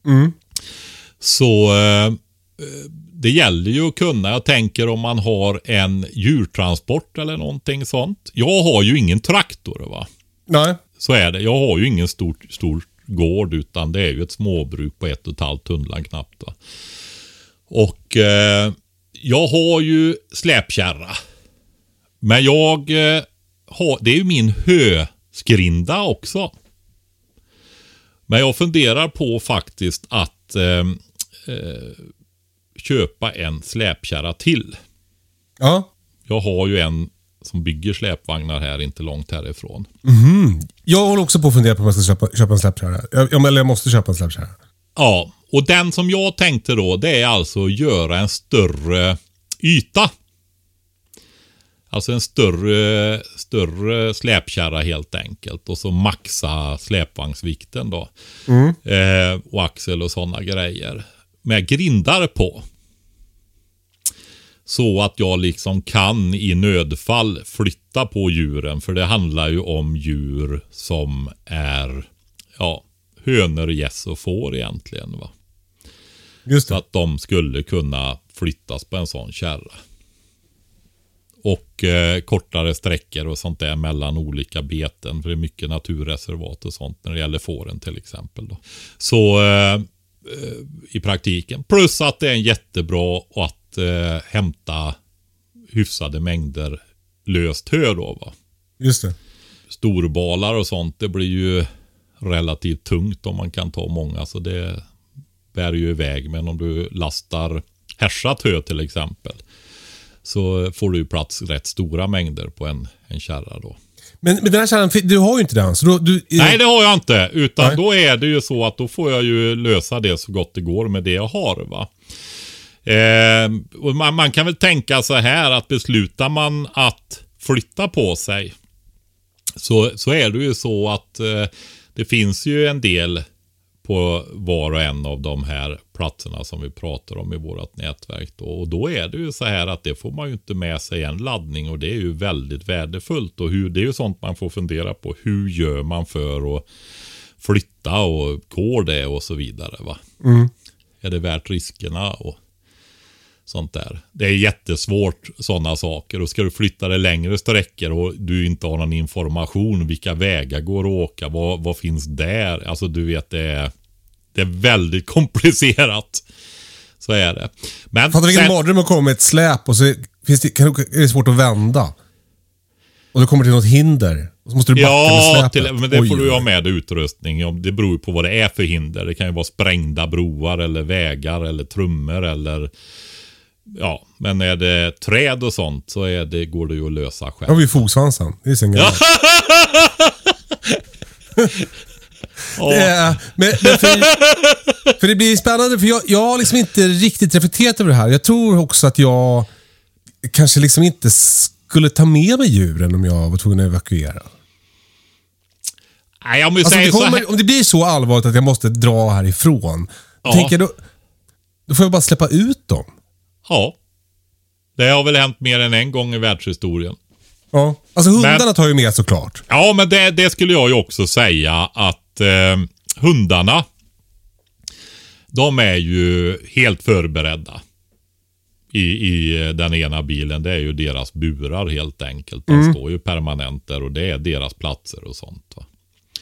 Så det gäller ju att kunna, jag tänker om man har en djurtransport eller någonting sånt. Jag har ju ingen traktor, va. Nej. Så är det. Jag har ju ingen stor gård, utan det är ju ett småbruk på 1,5 tunnland knappt, va. Och jag har ju släpkärra. Men det är ju min höskrinda också. Men jag funderar på faktiskt att köpa en släpkärra till. Ja. Jag har ju en som bygger släpvagnar här inte långt härifrån. Jag håller också på att fundera på om jag ska köpa en släpkärra. Jag måste köpa en släpkärra. Ja, och den som jag tänkte då, det är alltså att göra en större yta. Alltså en större släpkärra helt enkelt. Och så maxa släpvagnsvikten då. Och axel och sådana grejer. Med grindar på. Så att jag liksom kan i nödfall flytta på djuren. För det handlar ju om djur som är hönor, gäss och får egentligen, va. Just det. Så att de skulle kunna flyttas på en sån kärra. Och kortare sträckor och sånt där mellan olika beten. För det är mycket naturreservat och sånt när det gäller fåren till exempel då. Så i praktiken. Plus att det är jättebra att hämta hyfsade mängder löst hö då, va. Just det. Storbalar och sånt, det blir ju relativt tungt om man kan ta många. Så det bär ju iväg. Men om du lastar härsat hö till exempel, så får du ju plats rätt stora mängder på en kärra då. Men den här kärran, du har ju inte den. Så Nej, det har jag inte. Utan då är det ju så att då får jag ju lösa det så gott det går med det jag har, va. Och man kan väl tänka så här att beslutar man att flytta på sig så är det ju så att det finns ju en del på var och en av de här platserna som vi pratar om i vårat nätverk då. Och då är det ju så här att det får man ju inte med sig en laddning, och det är ju väldigt värdefullt. Och det är ju sånt man får fundera på. Hur gör man för att flytta och går det och så vidare, va. Är det värt riskerna och sånt där. Det är jättesvårt sådana saker. Och ska du flytta det längre sträckor och du inte har någon information, vilka vägar går att åka, vad finns där? Alltså du vet, det är väldigt komplicerat. Så är det. Men fattar vilken mardröm att komma med ett släp och så är det svårt att vända. Och då kommer till något hinder. Och så måste du backa med släpet. Men det får du ha med utrustning. Det beror på vad det är för hinder. Det kan ju vara sprängda broar eller vägar eller trummor eller... Ja, men är det träd och sånt så går det ju att lösa själv. Ja, vi är fogsvansen. Det är sen gammalt. För det blir spännande, för jag har liksom inte riktigt reflekterat över det här. Jag tror också att jag kanske liksom inte skulle ta med mig djuren om jag var tvungen att evakuera. Nej, om det blir så allvarligt att jag måste dra härifrån, tänker jag då får jag bara släppa ut dem. Ja. Det har väl hänt mer än en gång i världshistorien. Ja, alltså hundarna tar ju med såklart. Ja, men det skulle jag ju också säga att hundarna, de är ju helt förberedda i den ena bilen. Det är ju deras burar helt enkelt. De står ju permanent där och det är deras platser och sånt, va?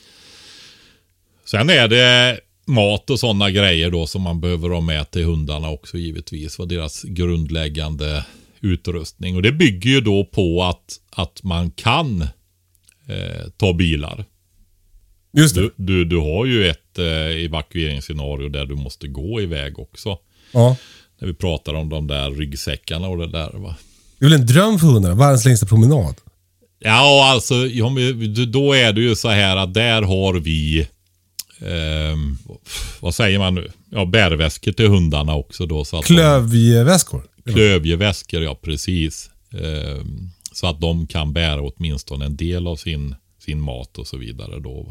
Sen är det mat och sådana grejer då som man behöver ha med till hundarna också givetvis. Vad deras grundläggande utrustning. Och det bygger ju då på att man kan ta bilar. Just det. Du har ju ett evakueringsscenario där du måste gå iväg också. Ja. När vi pratar om de där ryggsäckarna och det där, va? Det är väl en dröm för hundarna, världens längsta promenad. Ja, alltså då är det ju så här att där har vi vad säger man nu? Ja, bärväskor till hundarna också då, så att klövjeväskor. Klövjeväskor, ja precis. Så att de kan bära åtminstone en del av sin mat och så vidare då.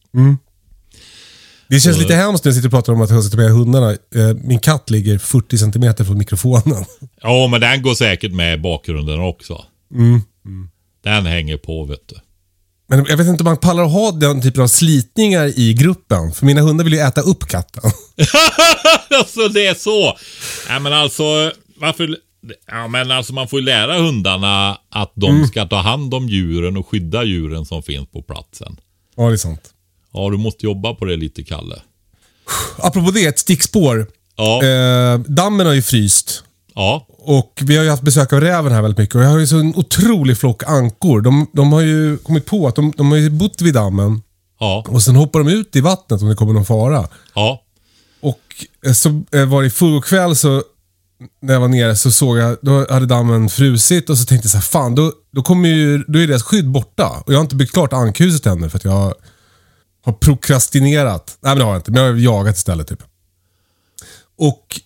Det känns lite hemskt när jag sitter och pratar om att jag sitter med hundarna. Min katt ligger 40 centimeter från mikrofonen. Ja, men den går säkert med i bakgrunden också. Den hänger på, vet du. Men jag vet inte om man pallar att ha den typen av slitningar i gruppen. För mina hundar vill ju äta upp katten. Alltså det är så. Ja, men alltså varför... Ja, men alltså man får ju lära hundarna att de ska ta hand om djuren och skydda djuren som finns på platsen. Ja, det är sant. Ja, du måste jobba på det lite, Kalle. Apropå det, ett stickspår. Ja. Dammen har ju fryst. Ja. Och vi har ju haft besök av räven här väldigt mycket. Och jag har ju så en otrolig flock ankor. De har ju kommit på att de har ju bott vid dammen. Ja. Och sen hoppar de ut i vattnet om det kommer någon fara. Ja. Och så var det i förrkväll så när jag var nere så såg jag, då hade dammen frusit och så tänkte jag så här, fan, då är deras skydd borta. Och jag har inte byggt klart ankhuset ännu för att jag har prokrastinerat. Nej, men det har jag inte. Men jag har jagat istället typ. Och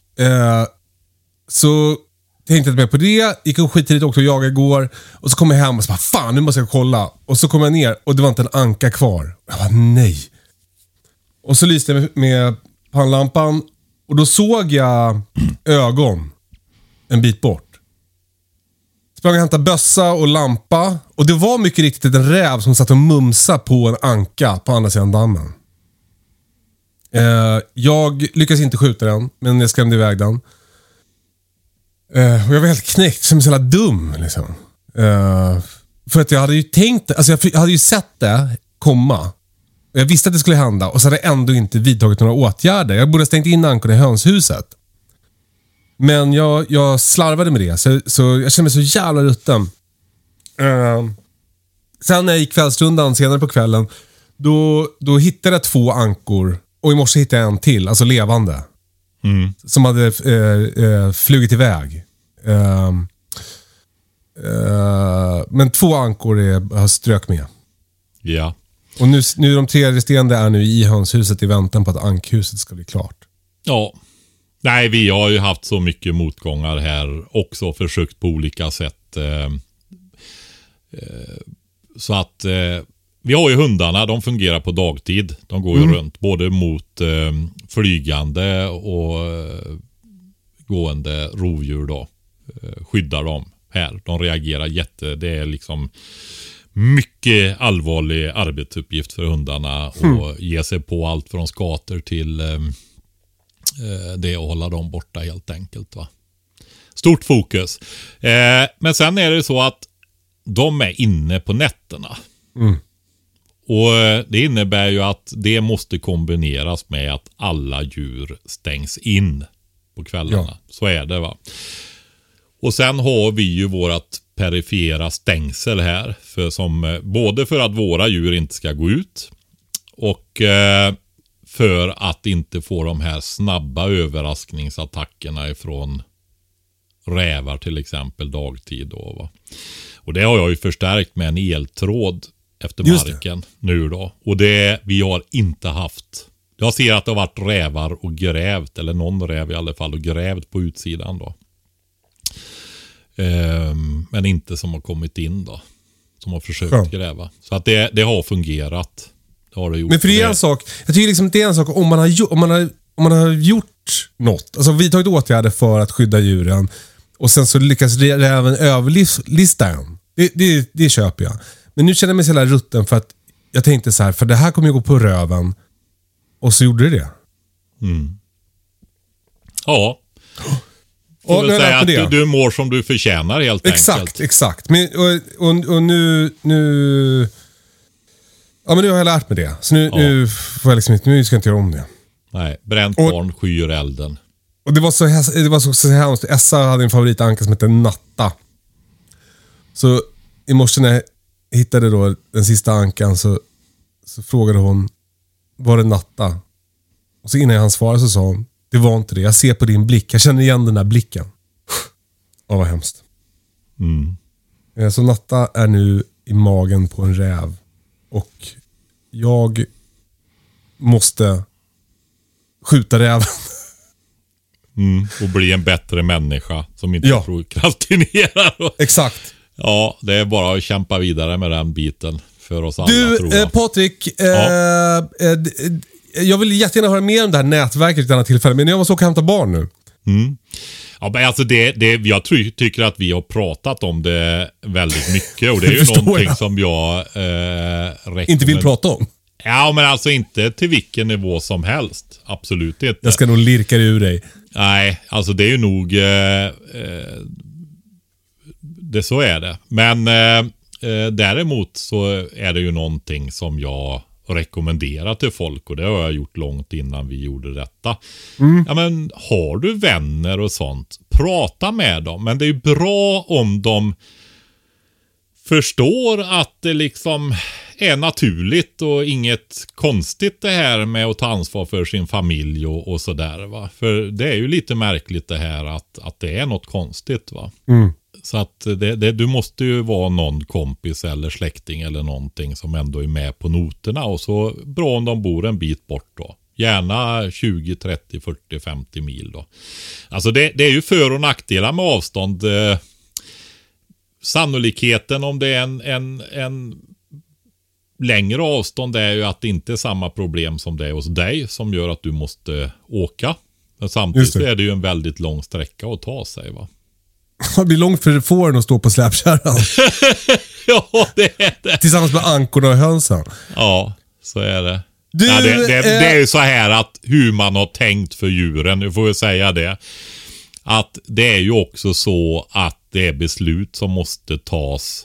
så tänkte jag med på det. Gick upp skittidigt också och jagade igår. Och så kom jag hem och så bara, fan, nu måste jag kolla. Och så kom jag ner och det var inte en anka kvar. Jag bara, nej. Och så lyste jag med pannlampan. Och då såg jag ögon en bit bort. Sprang och hämtade bössa och lampa. Och det var mycket riktigt en räv som satt och mumsa på en anka på andra sidan dammen. Jag lyckades inte skjuta den, men jag skrämde iväg den. Och jag var helt knäckt, som så jävla dum liksom. För att jag hade ju tänkt, alltså jag hade ju sett det komma. Jag visste att det skulle hända och så hade jag ändå inte vidtagit några åtgärder. Jag borde ha stängt in ankorna i hönshuset. Men jag slarvade med det, så jag kände mig så jävla rutten. Sen när jag gick kvällsrundan senare på kvällen, då hittade jag 2 ankor. Och i morse hittade jag en till, alltså levande. Som hade flugit iväg. Men 2 ankor har strök med. Ja. Och nu de 3 resterande är nu i hönshuset i väntan på att ankhuset ska bli klart. Ja. Nej, vi har ju haft så mycket motgångar här också. Försökt på olika sätt. Så att vi har ju hundarna. De fungerar på dagtid. De går ju runt både mot flygande och gående rovdjur då. Skyddar dem här. De reagerar det är liksom mycket allvarlig arbetsuppgift för hundarna och ge sig på allt från skator till det och hålla dem borta helt enkelt, va. Stort fokus. Men sen är det så att de är inne på nätterna. Och det innebär ju att det måste kombineras med att alla djur stängs in på kvällarna. Ja. Så är det, va. Och sen har vi ju vårat perifera stängsel här. Både för att våra djur inte ska gå ut. Och för att inte få de här snabba överraskningsattackerna ifrån rävar till exempel dagtid då, va. Och det har jag ju förstärkt med en eltråd efter marken nu då. Och det vi har inte haft. Jag ser att det har varit rävar och grävt, eller någon räv i alla fall, och grävt på utsidan då. Men inte som har kommit in då. Som har försökt gräva. Så att det har fungerat. Det har det gjort. Men för det är en sak. Jag tycker liksom det är en sak om man har gjort något. Alltså vidtagit åtgärder för att skydda djuren. Och sen så lyckas räven överlista en. Det köper jag. Men nu känner jag mig så här rutten för att jag tänkte så här, för det här kommer ju gå på röven. Och så gjorde det. Ja. Och väl säga att du mår som du förtjänar helt enkelt. Exakt. Men, och nu ja, men nu har jag lärt mig det. Så nu får jag liksom inte, nu ska jag inte göra om det. Nej, bränt barn skyr elden. Och det var så hemskt. Essa hade en favoritanka som hette Natta. Så i morse när jag hittade då den sista ankan så frågade hon, var det Natta? Och så innan jag hann svara så sa hon, det var inte det. Jag ser på din blick. Jag känner igen den där blicken. Vad hemskt. Så Natta är nu i magen på en räv. Och jag måste skjuta räven. Och bli en bättre människa som inte prokrastinerar. Exakt. Ja, det är bara att kämpa vidare med den biten för oss alla, tror jag. Patrik, jag vill jättegärna höra mer om det här nätverket vid denna tillfälle, men jag måste åka och hämta barn nu. Ja, men alltså jag tycker att vi har pratat om det väldigt mycket, och det är ju någonting som jag inte vill prata om. Ja, men alltså inte till vilken nivå som helst. Absolut inte. Jag ska nog lirka ur dig. Nej, alltså det är ju nog det, så är det. Men däremot så är det ju någonting som jag rekommenderar till folk, och det har jag gjort långt innan vi gjorde detta. Ja, men har du vänner och sånt, prata med dem. Men det är ju bra om de förstår att det liksom är naturligt och inget konstigt det här med att ta ansvar för sin familj och sådär, va. För det är ju lite märkligt det här att det är något konstigt, va. Så att du måste ju vara någon kompis eller släkting eller någonting som ändå är med på noterna, och så bra om de bor en bit bort då. Gärna 20, 30, 40, 50 mil då. Alltså det är ju för- och nackdelar med avstånd. Sannolikheten om det är en längre avstånd är ju att det inte är samma problem som det är hos dig som gör att du måste åka. Men samtidigt är det ju en väldigt lång sträcka att ta sig, va. Det blir långt för fåren att stå på släpkärran. Ja, det är det. Tillsammans med ankorna och hönsen. Ja, så är det. Det är ju så här att hur man har tänkt för djuren, nu får jag säga det. Att det är ju också så att det är beslut som måste tas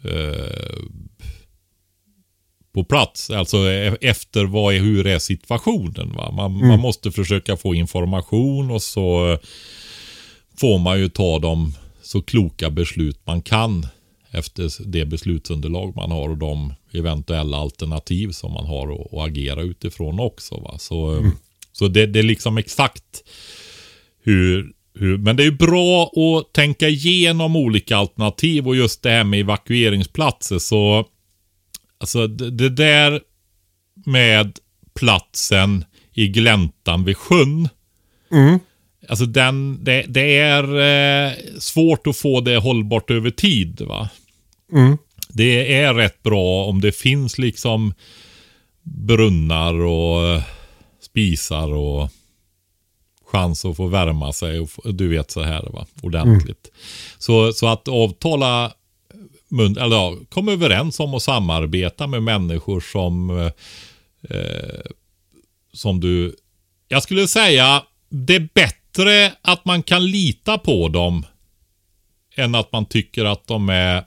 på plats. Alltså efter hur är situationen, va? Man måste försöka få information, och så får man ju ta de så kloka beslut man kan efter det beslutsunderlag man har och de eventuella alternativ som man har att agera utifrån också, va? Så det är liksom exakt hur, men det är ju bra att tänka igenom olika alternativ, och just det här med evakueringsplatser, så alltså det där med platsen i gläntan vid sjön. Alltså det är svårt att få det hållbart över tid, va. Det är rätt bra om det finns liksom brunnar och spisar och chans att få värma sig och du vet så här, va, ordentligt. Så att avtala eller komma överens om att samarbeta med människor som jag skulle säga, det är bättre att man kan lita på dem än att man tycker att de är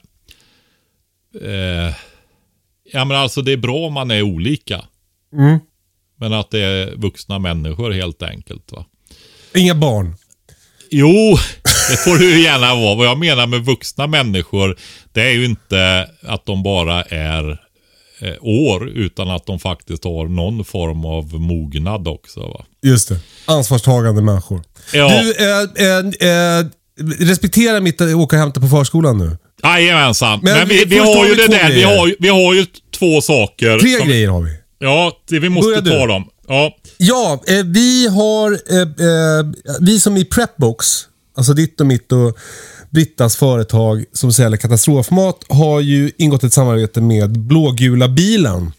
ja men alltså det är bra om man är olika. Men att det är vuxna människor helt enkelt, va? Inga barn. Jo, det får du gärna vara. Vad jag menar med vuxna människor, det är ju inte att de bara är år, utan att de faktiskt har någon form av mognad också, va? Just det. Ansvarstagande människor. Ja. Du, respektera mitt åka och hämta på förskolan nu. Jajamensan. Men vi har ju det där. Vi har ju 2 saker. 3 grejer har vi. Ja, vi måste ta dem. Ja, vi har vi som i Prepbox, alltså ditt och mitt och Brittas företag som säljer katastrofmat, har ju ingått ett samarbete med Blågula bilen.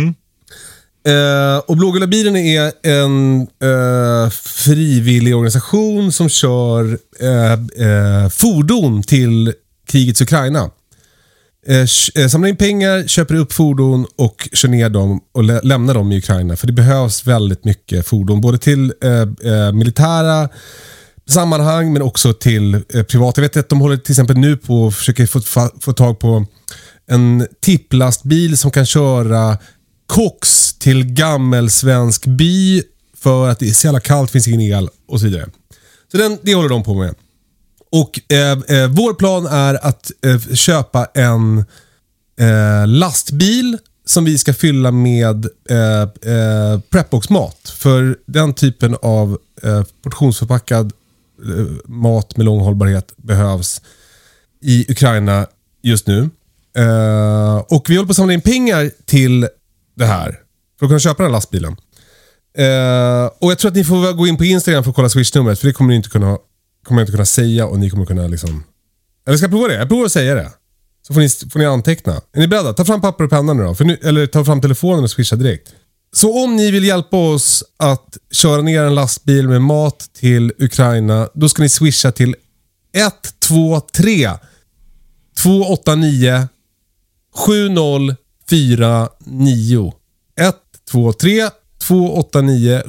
Och Blågula bilen är en frivillig organisation som kör fordon till krigets Ukraina. Samlar in pengar, köper upp fordon och kör ner dem och lämnar dem i Ukraina. För det behövs väldigt mycket fordon, både till militära sammanhang men också till privata. Jag vet att de håller till exempel nu på och försöker få tag på en tipplastbil som kan köra koks till gammelsvensk by för att det är så jävla kallt, finns ingen el och så vidare. Så det håller de på med. Och vår plan är att köpa en lastbil som vi ska fylla med Prepbox-mat. För den typen av portionsförpackad mat med lång hållbarhet behövs i Ukraina just nu. Och vi håller på att samla in pengar till det här för att kunna köpa den lastbilen. Och jag tror att ni får gå in på Instagram för att kolla Swish-numret, för det kommer ni inte kunna säga, och ni kommer kunna liksom... Eller ska jag prova det? Jag provar att säga det. Så får ni anteckna. Är ni beredda? Ta fram papper och penna nu då. Eller ta fram telefonen och swisha direkt. Så om ni vill hjälpa oss att köra ner en lastbil med mat till Ukraina, då ska ni swisha till 123 289 7049. 123 289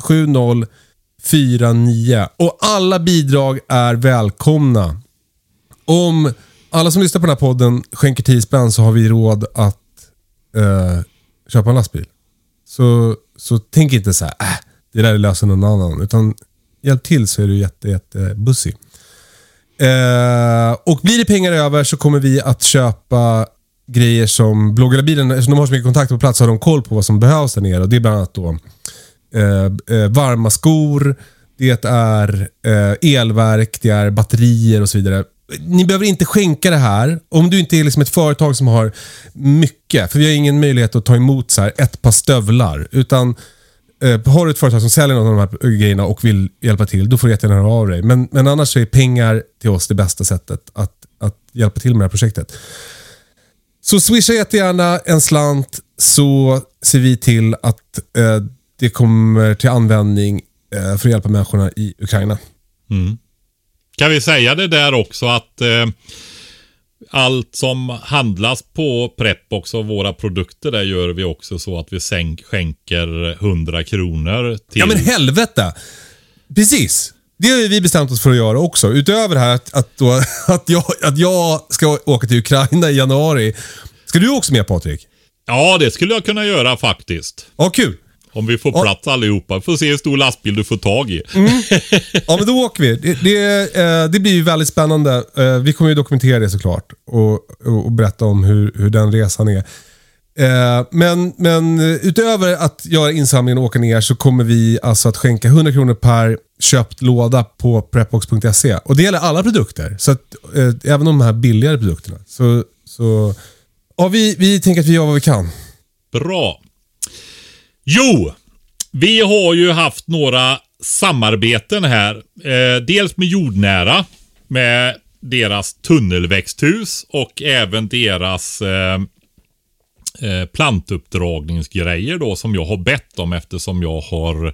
7049. Och alla bidrag är välkomna. Om alla som lyssnar på den här podden skänker 10 spänn så har vi råd att köpa en lastbil. Så tänk inte så här, det där löser någon annan. Utan hjälp till, så är du jättebussig. Och blir det pengar över så kommer vi att köpa grejer som Blågula bilen, eftersom de har så mycket kontakt på plats så har de koll på vad som behövs där nere. Och det är bland annat då varma skor, det är elverk, det är batterier och så vidare. Ni behöver inte skänka det här om du inte är liksom ett företag som har mycket, för vi har ingen möjlighet att ta emot så här ett par stövlar, utan har du ett företag som säljer någon av de här grejerna och vill hjälpa till, då får du jättegärna höra av dig. Men annars så är pengar till oss det bästa sättet att hjälpa till med det här projektet. Så swisha jättegärna en slant, så ser vi till att det kommer till användning för att hjälpa människorna i Ukraina. Kan vi säga det där också att allt som handlas på Prepbox och våra produkter där gör vi också så att vi skänker 100 kronor till... Ja men helvete! Precis! Det har vi bestämt oss för att göra också. Utöver det här att jag ska åka till Ukraina i januari. Ska du också med, Patrik? Ja, det skulle jag kunna göra faktiskt. Ja, kul! Om vi får plats allihopa. Får se hur stor lastbil du får tag i. Ja, men då åker vi. Det blir ju väldigt spännande. Vi kommer ju dokumentera det såklart. Och berätta om hur den resan är. Men utöver att göra insamlingen och åka ner så kommer vi alltså att skänka 100 kronor per köpt låda på prepbox.se. Och det gäller alla produkter. Så att, även de här billigare produkterna. Så ja, vi tänker att vi gör vad vi kan. Bra. Jo, vi har ju haft några samarbeten här. Dels med Jordnära, med deras tunnelväxthus och även deras plantuppdragningsgrejer då, som jag har bett om eftersom jag har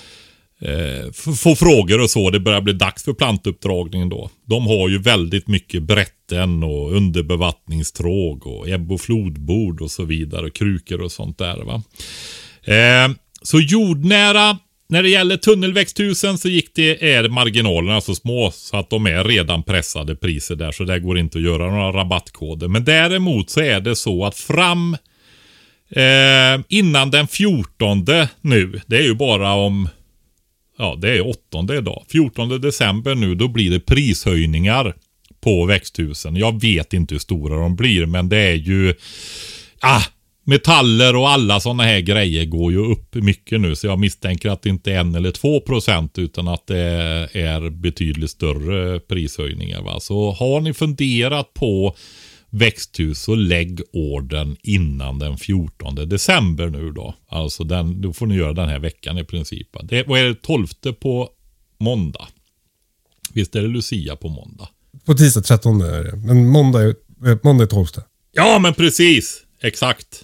få frågor och så. Det börjar bli dags för plantuppdragningen då. De har ju väldigt mycket brätten och underbevattningstråg och ebb- och flodbord och så vidare, och krukor och sånt där, va. Så Jordnära när det gäller tunnelväxthusen så är marginalerna så små så att de är redan pressade priser där. Så där går inte att göra några rabattkoder. Men däremot så är det så att fram innan den 14 nu, det är ju bara om, ja det är 8:e idag. 14 december nu, då blir det prishöjningar på växthusen. Jag vet inte hur stora de blir, men det är ju metaller och alla sådana här grejer går ju upp mycket nu. Så jag misstänker att det inte är 1 eller 2% utan att det är betydligt större prishöjningar. Va? Så har ni funderat på växthus så lägg orden innan den 14 december nu då. Alltså då får ni göra den här veckan i princip. Vad är det 12 på måndag? Visst är det Lucia på måndag? På tisdag 13 är det. Men måndag är 12. Ja men precis. Exakt.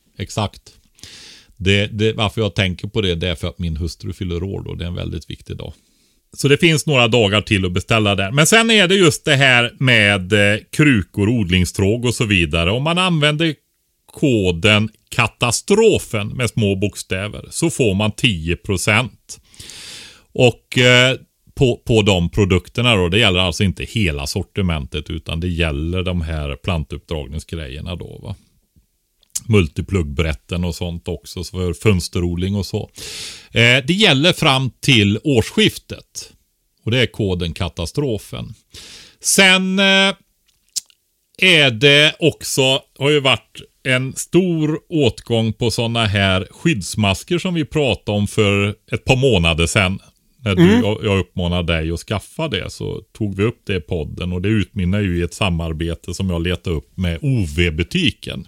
Varför jag tänker på det är för att min hustru fyller år då. Det är en väldigt viktig dag. Så det finns några dagar till att beställa där. Men sen är det just det här med krukor, odlingstråg och så vidare. Om man använder koden katastrofen med små bokstäver så får man 10%. Och på de produkterna då, det gäller alltså inte hela sortimentet utan det gäller de här plantuppdragningsgrejerna då va. Multiplugbrätten och sånt också för fönsterodling och så. Det gäller fram till årsskiftet. Och det är koden katastrofen. Sen är det också, har ju varit en stor åtgång på sådana här skyddsmasker som vi pratade om för ett par månader sedan. När jag uppmanade dig att skaffa det så tog vi upp det i podden och det utmynnar ju i ett samarbete som jag letade upp med OV-butiken.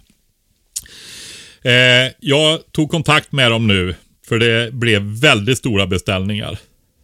Jag tog kontakt med dem nu för det blev väldigt stora beställningar.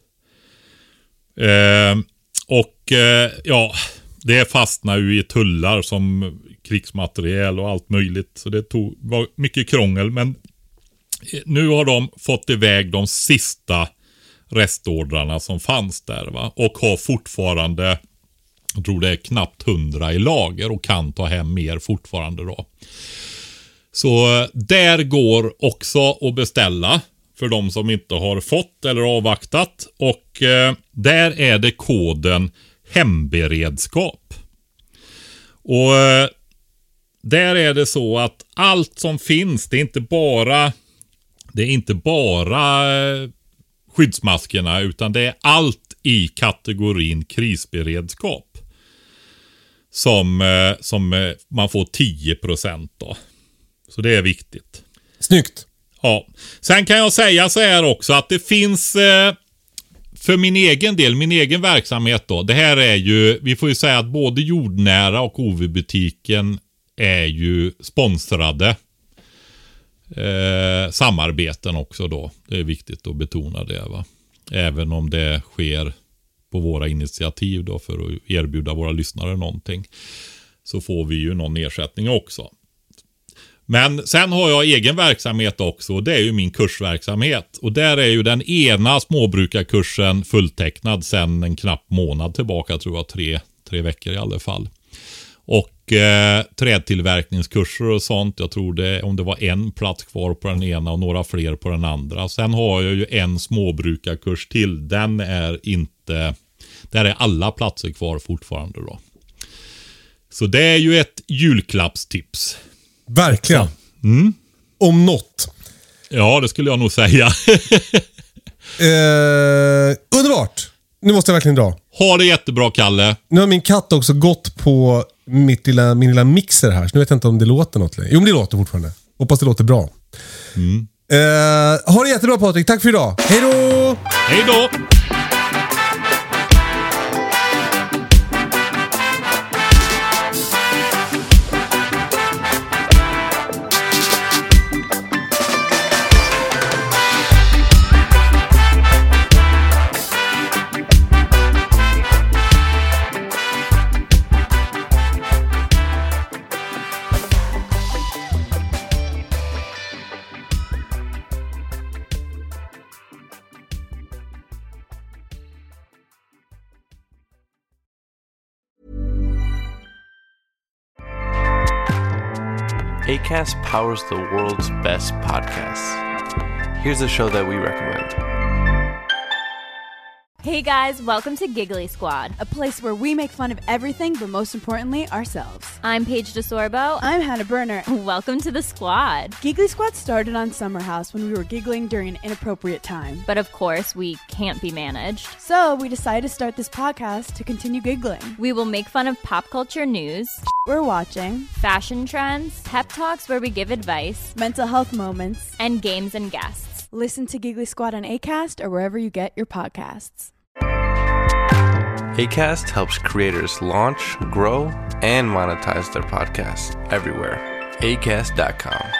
Det fastnar ju i tullar som krigsmateriel och allt möjligt. Så det var mycket krångel. Men nu har de fått iväg de sista restordrarna som fanns där va. Och har fortfarande, jag tror det är knappt 100 i lager och kan ta hem mer fortfarande då. Så där går också att beställa för de som inte har fått eller avvaktat. Och där är det koden hemberedskap. Och där är det så att allt som finns, det är inte bara skyddsmaskerna utan det är allt i kategorin krisberedskap. Som man får 10% då. Så det är viktigt. Snyggt. Ja. Sen kan jag säga så här också att det finns för min egen verksamhet då. Det här är ju, vi får ju säga att både Jordnära och OV-butiken är ju sponsrade samarbeten också då. Det är viktigt att betona det va. Även om det sker på våra initiativ då för att erbjuda våra lyssnare någonting. Så får vi ju någon ersättning också. Men sen har jag egen verksamhet också och det är ju min kursverksamhet. Och där är ju den ena småbrukarkursen fulltecknad sedan en knapp månad tillbaka, tror jag 3 veckor i alla fall. Och trädtillverkningskurser och sånt, jag tror det om det var en plats kvar på den ena och några fler på den andra. Sen har jag ju en småbrukarkurs till, den är inte, där är alla platser kvar fortfarande då. Så det är ju ett julklappstips. Verkligen. Om något. Ja, det skulle jag nog säga. Underbart. Nu måste jag verkligen dra. Ha det jättebra, Kalle. Nu har min katt också gått på min lilla mixer här. Så nu vet jag inte om det låter något längre. Jo, men det låter fortfarande. Hoppas det låter bra. Ha det jättebra, Patrik. Tack för idag. Hej då! Hej då! Acast powers the world's best podcasts. Here's a show that we recommend. Hey guys, welcome to Giggly Squad, a place where we make fun of everything, but most importantly, ourselves. I'm Paige DeSorbo. I'm Hannah Berner. Welcome to the squad. Giggly Squad started on Summer House when we were giggling during an inappropriate time. But of course, we can't be managed. So we decided to start this podcast to continue giggling. We will make fun of pop culture news, we're watching, fashion trends, pep talks where we give advice, mental health moments, and games and guests. Listen to Giggly Squad on Acast or wherever you get your podcasts. Acast helps creators launch, grow, and monetize their podcasts everywhere. Acast.com.